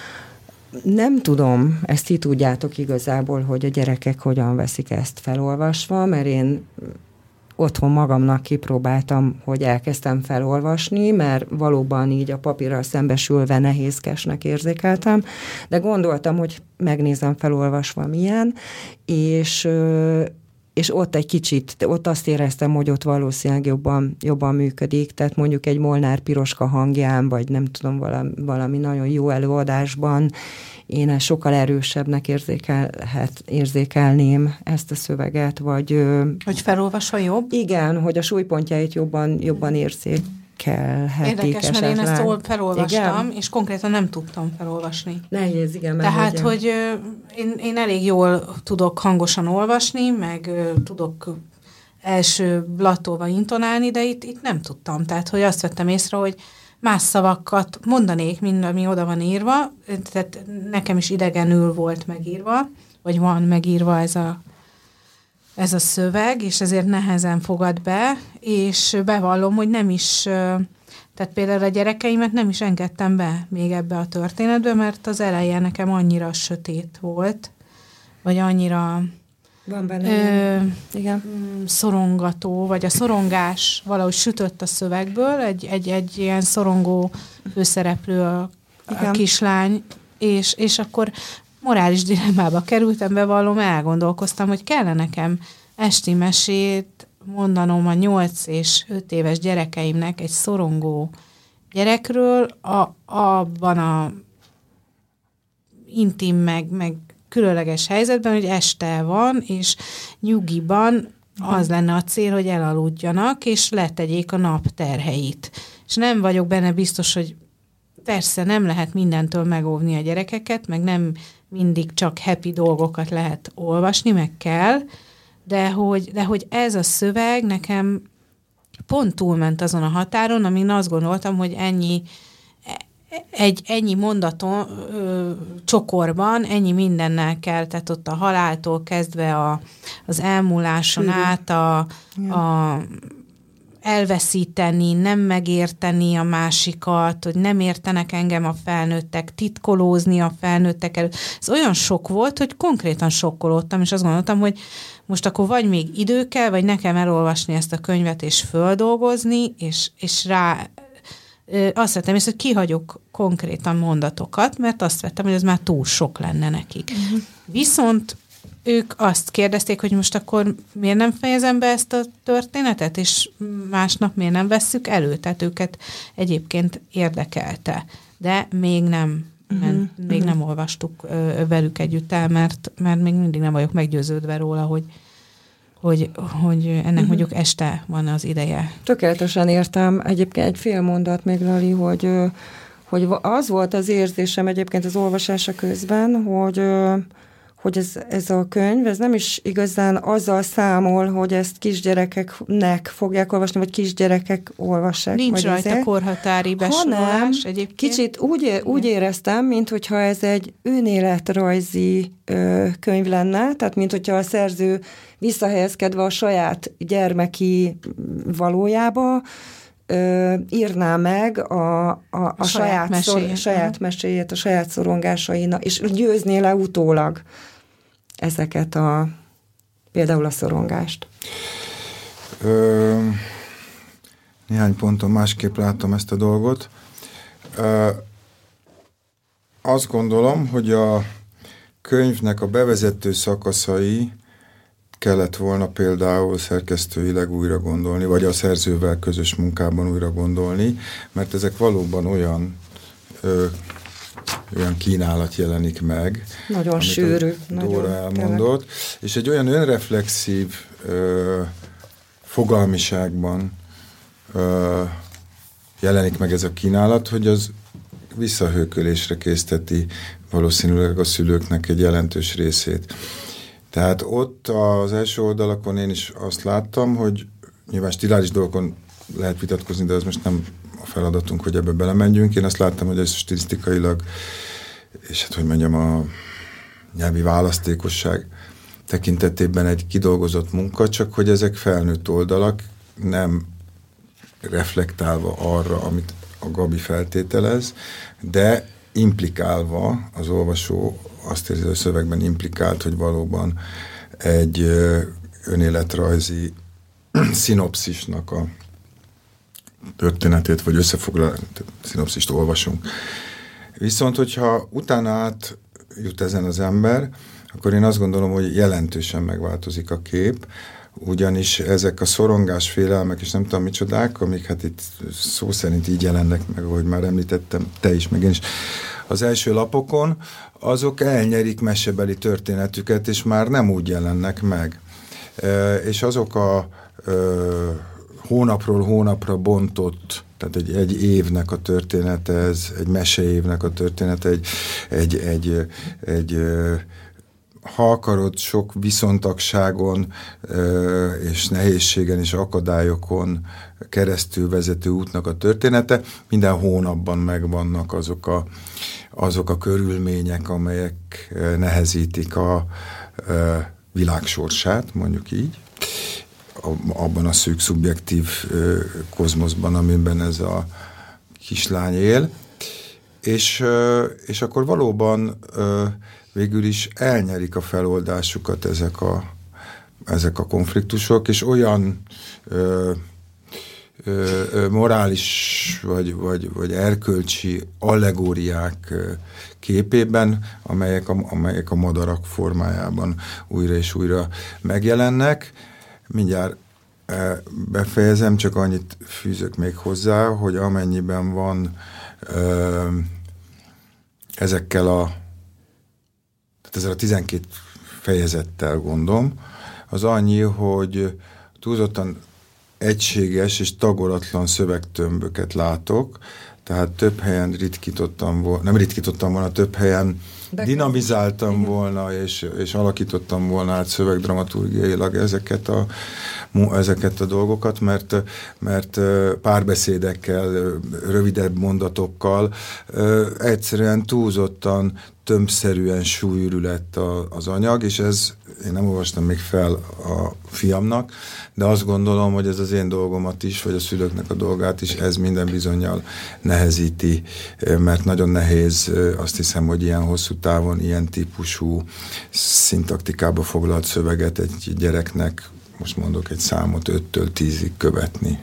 Nem tudom, ezt ti tudjátok igazából, hogy a gyerekek hogyan veszik ezt felolvasva, mert én otthon magamnak kipróbáltam, hogy elkezdtem felolvasni, mert valóban így a papírral szembesülve nehézkesnek érzékeltem, de gondoltam, hogy megnézem felolvasva milyen, és, és ott egy kicsit, ott azt éreztem, hogy ott valószínűleg jobban, jobban működik, tehát mondjuk egy Molnár Piroska hangján, vagy nem tudom, valami, valami nagyon jó előadásban, én ezt sokkal erősebbnek érzékelhet, érzékelném ezt a szöveget, vagy... Hogy felolvasva jobb? Igen, hogy a súlypontjait jobban, jobban érzékelhetik. Érdekes, mert én ezt felolvastam, igen? És konkrétan nem tudtam felolvasni. Nehéz, igen. Tehát, ugye. hogy én, én elég jól tudok hangosan olvasni, meg tudok első blattolva intonálni, de itt, itt nem tudtam. Tehát, hogy azt vettem észre, hogy más szavakat mondanék, mint ami oda van írva, tehát nekem is idegenül volt megírva, vagy van megírva ez a, ez a szöveg, és ezért nehezen fogad be, és bevallom, hogy nem is, tehát például a gyerekeimet nem is engedtem be még ebbe a történetbe, mert az eleje nekem annyira sötét volt, vagy annyira... Van benne. Ö, igen. Szorongató, vagy a szorongás valahogy sütött a szövegből, egy, egy, egy ilyen szorongó főszereplő a, a kislány, és, és akkor morális dilemmába kerültem, bevallom, elgondolkoztam, hogy kellene nekem esti mesét mondanom a nyolc és öt éves gyerekeimnek egy szorongó gyerekről, a, abban a intim, meg, meg különleges helyzetben, hogy este van, és nyugiban az lenne a cél, hogy elaludjanak, és letegyék a nap terheit. És nem vagyok benne biztos, hogy persze nem lehet mindentől megóvni a gyerekeket, meg nem mindig csak happy dolgokat lehet olvasni, meg kell, de hogy, de hogy ez a szöveg nekem pont túlment azon a határon, amin azt gondoltam, hogy ennyi egy ennyi mondaton, ö, csokorban, ennyi mindennel kell, tehát ott a haláltól kezdve a, az elmúláson Sűrű. át, a, a elveszíteni, nem megérteni a másikat, hogy nem értenek engem a felnőttek, titkolózni a felnőttek előtt. Ez olyan sok volt, hogy konkrétan sokkolódtam, és azt gondoltam, hogy most akkor vagy még idő kell, vagy nekem elolvasni ezt a könyvet, és földolgozni, és, és rá azt vettem észre, hogy kihagyok konkrétan mondatokat, mert azt vettem, hogy ez már túl sok lenne nekik. Uh-huh. Viszont ők azt kérdezték, hogy most akkor miért nem fejezem be ezt a történetet, és másnap miért nem vesszük elő, tehát őket egyébként érdekelte. De még nem mert uh-huh. még nem olvastuk ö, velük együtt el, mert, mert még mindig nem vagyok meggyőződve róla, hogy, hogy, hogy ennek uh-huh. mondjuk este van az ideje. Tökéletesen értem. Egyébként egy fél mondat még, Lali, hogy, hogy az volt az érzésem egyébként az olvasása közben, hogy hogy ez, ez a könyv, ez nem is igazán azzal számol, hogy ezt kisgyerekeknek fogják olvasni, vagy kisgyerekek olvassák. Nincs rajta ezért korhatári besorolás egyébként. Kicsit úgy, úgy éreztem, minthogyha ez egy önéletrajzi ö, könyv lenne, tehát minthogyha a szerző visszahelyezkedve a saját gyermeki valójába, Ö, írná meg a, a, a, a saját, meséjét, szor, saját meséjét, a saját szorongásainak, és győzné le utólag ezeket a, például a szorongást. Ö, néhány ponton másképp látom ezt a dolgot. Ö, azt gondolom, hogy a könyvnek a bevezető szakaszai kellett volna például szerkesztőileg újra gondolni, vagy a szerzővel közös munkában újra gondolni, mert ezek valóban olyan ö, olyan kínálat jelenik meg. Nagyon sűrű. Dóra nagyon elmondott, kellett. És egy olyan önreflexív ö, fogalmiságban ö, jelenik meg ez a kínálat, hogy az visszahőkölésre készteti valószínűleg a szülőknek egy jelentős részét. Tehát ott az első oldalakon én is azt láttam, hogy nyilván stiláris dolgokon lehet vitatkozni, de az most nem a feladatunk, hogy ebbe belemenjünk. Én azt láttam, hogy ez stilisztikailag, és hát hogy mondjam, a nyelvi választékosság tekintetében egy kidolgozott munka, csak hogy ezek felnőtt oldalak, nem reflektálva arra, amit a Gabi feltételez, de implikálva az olvasó azt érzi, hogy a szövegben implikált, hogy valóban egy önéletrajzi szinopszisnak a történetét, vagy összefoglaló szinopszist olvasunk. Viszont, hogyha utána át jut ezen az ember, akkor én azt gondolom, hogy jelentősen megváltozik a kép, ugyanis ezek a szorongás, félelmek, és nem tudom micsodák, amik hát itt szó szerint így jelennek meg, ahogy már említettem, te is, meg én is, az első lapokon, azok elnyerik mesebeli történetüket, és már nem úgy jelennek meg. E, és azok a e, hónapról hónapra bontott, tehát egy, egy évnek a története, ez egy meseévnek a története, egy, egy, egy, egy, egy ha akarod, sok viszontagságon és nehézségen és akadályokon keresztül vezető útnak a története, minden hónapban megvannak azok a, azok a körülmények, amelyek nehezítik a világsorsát, mondjuk így, abban a szűk szubjektív kozmoszban, amiben ez a kislány él. És, és akkor valóban végül is elnyerik a feloldásukat ezek a, ezek a konfliktusok, és olyan ö, ö, ö, morális vagy, vagy, vagy erkölcsi allegóriák képében, amelyek a, amelyek a madarak formájában újra és újra megjelennek. Mindjárt befejezem, csak annyit fűzök még hozzá, hogy amennyiben van ö, ezekkel a tehát ezzel a tizenkét fejezettel gondom, az annyi, hogy túlzottan egységes és tagolatlan szövegtömböket látok, tehát több helyen ritkítottam volna, nem ritkítottam volna, több helyen De dinamizáltam igen. volna, és, és alakítottam volna át szövegdramaturgiailag ezeket a, ezeket a dolgokat, mert, mert párbeszédekkel, rövidebb mondatokkal egyszerűen túlzottan tömbszerűen súlyűrű lett a, az anyag, és ez, én nem olvastam még fel a fiamnak, de azt gondolom, hogy ez az én dolgomat is, vagy a szülőknek a dolgát is, ez minden bizonnyal nehezíti, mert nagyon nehéz, azt hiszem, hogy ilyen hosszú távon, ilyen típusú szintaktikába foglalt szöveget egy gyereknek, most mondok egy számot, öttől tízig követni.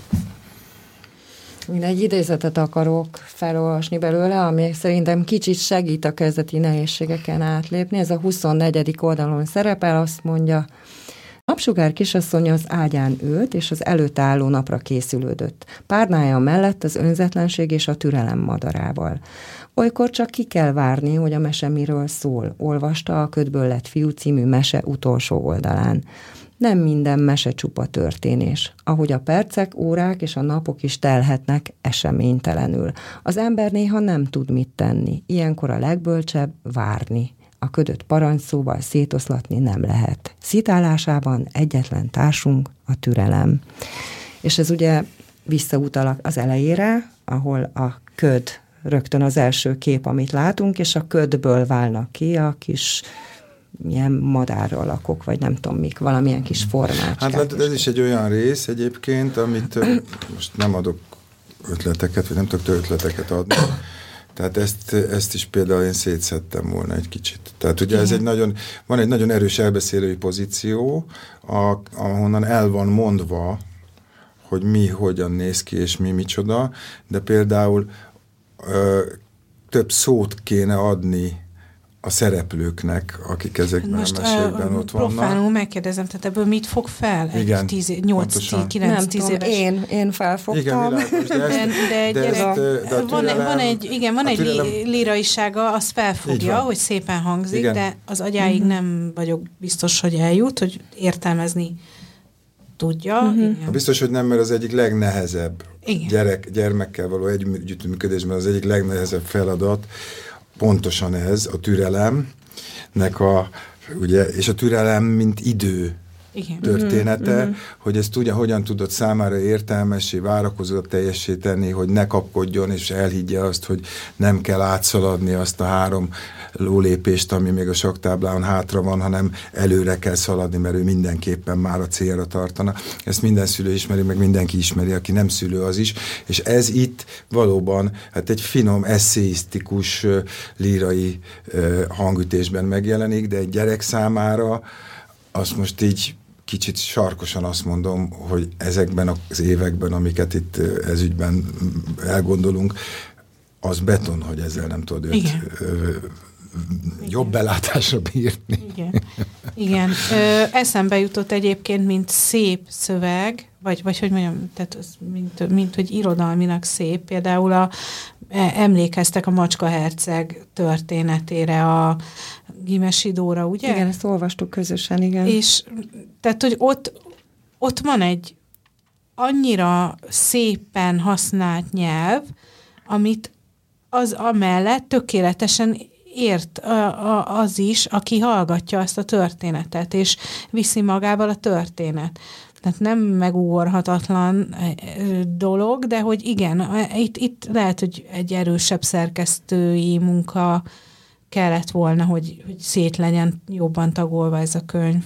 Én egy idézetet akarok felolvasni belőle, ami szerintem kicsit segít a kezdeti nehézségeken átlépni. Ez a huszonnegyedik oldalon szerepel, azt mondja: napsugár kisasszony az ágyán ült, és az előtt álló napra készülődött. Párnája mellett az önzetlenség és a türelem madarával. Olykor csak ki kell várni, hogy a mese miről szól. Olvasta a Ködből lett fiú című mese utolsó oldalán. Nem minden mese csupa történés. Ahogy a percek, órák és a napok is telhetnek eseménytelenül. Az ember néha nem tud mit tenni. Ilyenkor a legbölcsebb várni. A ködöt parancsszóval szétoszlatni nem lehet. Szitálásában egyetlen társunk a türelem. És ez ugye visszautal az elejére, ahol a köd rögtön az első kép, amit látunk, és a ködből válnak ki a kis ilyen madáralakok, vagy nem tudom mik, valamilyen kis formácskák. Hát ez is egy olyan rész egyébként, amit most nem adok ötleteket, vagy nem tudok ötleteket adni. Tehát ezt, ezt is például én szétszedtem volna egy kicsit. Tehát ugye ez egy nagyon, van egy nagyon erős elbeszélői pozíció, a, ahonnan el van mondva, hogy mi hogyan néz ki, és mi micsoda, de például ö, több szót kéne adni a szereplőknek, akik ezekben most a mesékben ott vannak. Profánul megkérdezem, tehát ebből mit fog fel? Igen, nyolc kilenc tíz éves? Én, én felfogtam. Igen, világos, de, ezt, de, de, de, ezt, de a van, türelem, van egy, igen, van egy türelem, líraisága, az felfogja, hogy szépen hangzik, igen. De az agyáig uh-huh. nem vagyok biztos, hogy eljut, hogy értelmezni tudja. Uh-huh. Biztos, hogy nem, mert az egyik legnehezebb gyerek, gyermekkel való együttműködésben az egyik legnehezebb feladat, pontosan ez, a türelemnek a, ugye, és a türelem, mint idő igen. története, mm-hmm. hogy ezt tudja, hogyan tudod számára értelmessé, várakozót teljessé tenni, hogy ne kapkodjon, és elhiggye azt, hogy nem kell átszaladni azt a három lólépést, ami még a sakktáblán hátra van, hanem előre kell szaladni, mert ő mindenképpen már a célra tartana. Ezt minden szülő ismeri, meg mindenki ismeri, aki nem szülő, az is. És ez itt valóban hát egy finom, eszéisztikus, lírai hangütésben megjelenik, de egy gyerek számára azt most így kicsit sarkosan azt mondom, hogy ezekben az években, amiket itt ez ügyben elgondolunk, az beton, hogy ezzel nem tudod őt ö, jobb belátásra bírni. Igen. Igen. Ö, eszembe jutott egyébként, mint szép szöveg, vagy, vagy hogy mondjam, tehát az, mint, mint hogy irodalminak szép, például a, emlékeztek a Macska herceg történetére, a Gimesi Dóra, ugye? Igen, ezt olvastuk közösen, igen. És tehát, hogy ott, ott van egy annyira szépen használt nyelv, amit az amellett tökéletesen ért az is, aki hallgatja ezt a történetet, és viszi magával a történet. Tehát nem megugorhatatlan dolog, de hogy igen, itt, itt lehet, hogy egy erősebb szerkesztői munka kellett volna, hogy, hogy szét legyen jobban tagolva ez a könyv.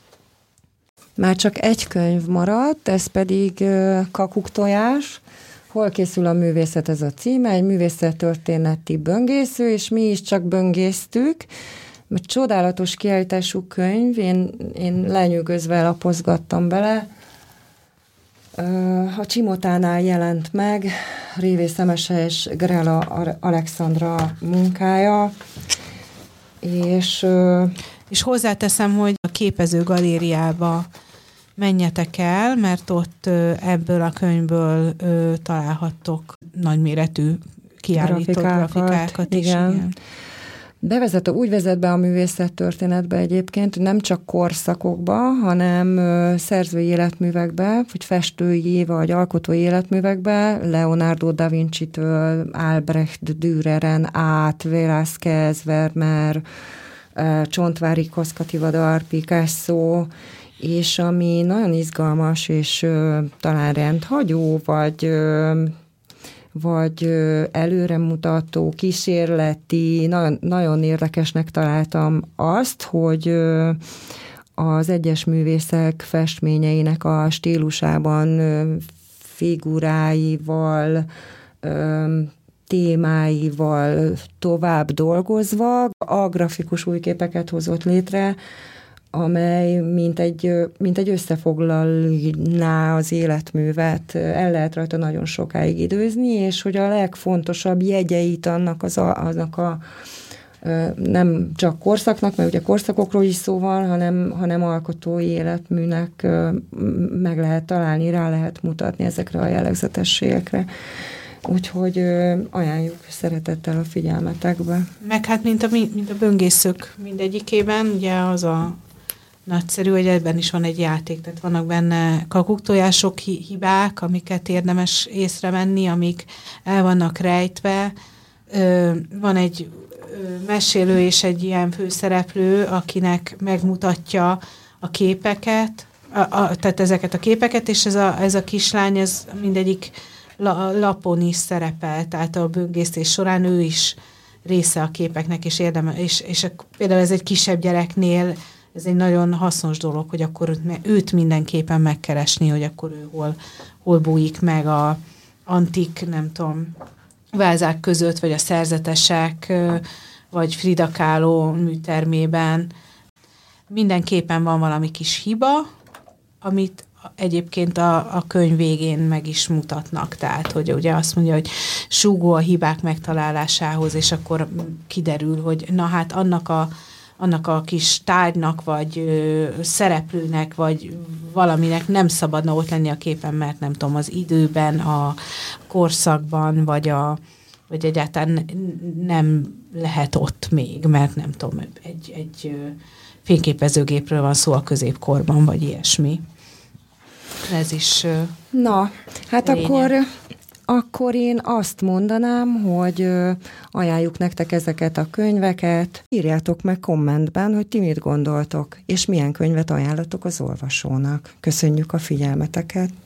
Már csak egy könyv maradt, ez pedig Kakuktojás. Hol készül a művészet, ez a címe, egy művészettörténeti böngésző, és mi is csak böngésztük, mert csodálatos kiállítású könyv, én, én lenyűgözve lapozgattam bele. A Csimotánál jelent meg Révész Emese és Grela Alexandra munkája, és... És hozzáteszem, hogy a Képező Galériába menjetek el, mert ott ebből a könyvből találhattok nagyméretű kiállított grafikákat, grafikákat is. Igen. Igen. Bevezet, úgy vezet be a művészettörténetbe egyébként, nem csak korszakokba, hanem szerzői életművekbe, vagy festői, vagy alkotói életművekbe, Leonardo da Vinci-től, Albrecht Düreren át, Velázquez, Vermeer, Csontváry Koszkativadar, Picasso, és ami nagyon izgalmas, és ö, talán rendhagyó, vagy, ö, vagy ö, előremutató, kísérleti, nagyon, nagyon érdekesnek találtam azt, hogy ö, az egyes művészek festményeinek a stílusában, ö, figuráival, ö, témáival tovább dolgozva a grafikus új képeket hozott létre, amely mint egy, mint egy összefoglalná az életművet, el lehet rajta nagyon sokáig időzni, és hogy a legfontosabb jegyeit annak, az a, annak a nem csak korszaknak, mert ugye korszakokról is szó van, hanem, hanem alkotói életműnek meg lehet találni, rá lehet mutatni ezekre a jellegzetességekre. Úgyhogy ajánljuk szeretettel a figyelmetekbe. Meg hát, mint a, mint a böngészők mindegyikében, ugye az a nagyszerű, hogy ebben is van egy játék, tehát vannak benne kakuktojások, hibák, amiket érdemes észrevenni, amik el vannak rejtve. Van egy mesélő és egy ilyen főszereplő, akinek megmutatja a képeket, a, a, tehát ezeket a képeket, és ez a, ez a kislány, ez mindegyik la, lapon is szerepel, tehát a böngészés során ő is része a képeknek, és érdemes, és, és például ez egy kisebb gyereknél ez egy nagyon hasznos dolog, hogy akkor őt, őt mindenképpen megkeresni, hogy akkor ő hol, hol bújik meg a antik, nem tudom, vázák között, vagy a szerzetesek, vagy Frida Kahlo műtermében. Mindenképpen van valami kis hiba, amit egyébként a, a könyv végén meg is mutatnak. Tehát, hogy ugye azt mondja, hogy súgó a hibák megtalálásához, és akkor kiderül, hogy na hát annak a, annak a kis tárgynak, vagy ö, szereplőnek, vagy valaminek nem szabadna ott lenni a képen, mert nem tudom, az időben, a korszakban, vagy a vagy egyáltalán nem lehet ott még, mert nem tudom, egy, egy fényképezőgépről van szó a középkorban, vagy ilyesmi. Ez is Na, hát akkor, akkor én azt mondanám, hogy ajánljuk nektek ezeket a könyveket. Írjátok meg kommentben, hogy ti mit gondoltok, és milyen könyvet ajánlatok az olvasónak. Köszönjük a figyelmeteket!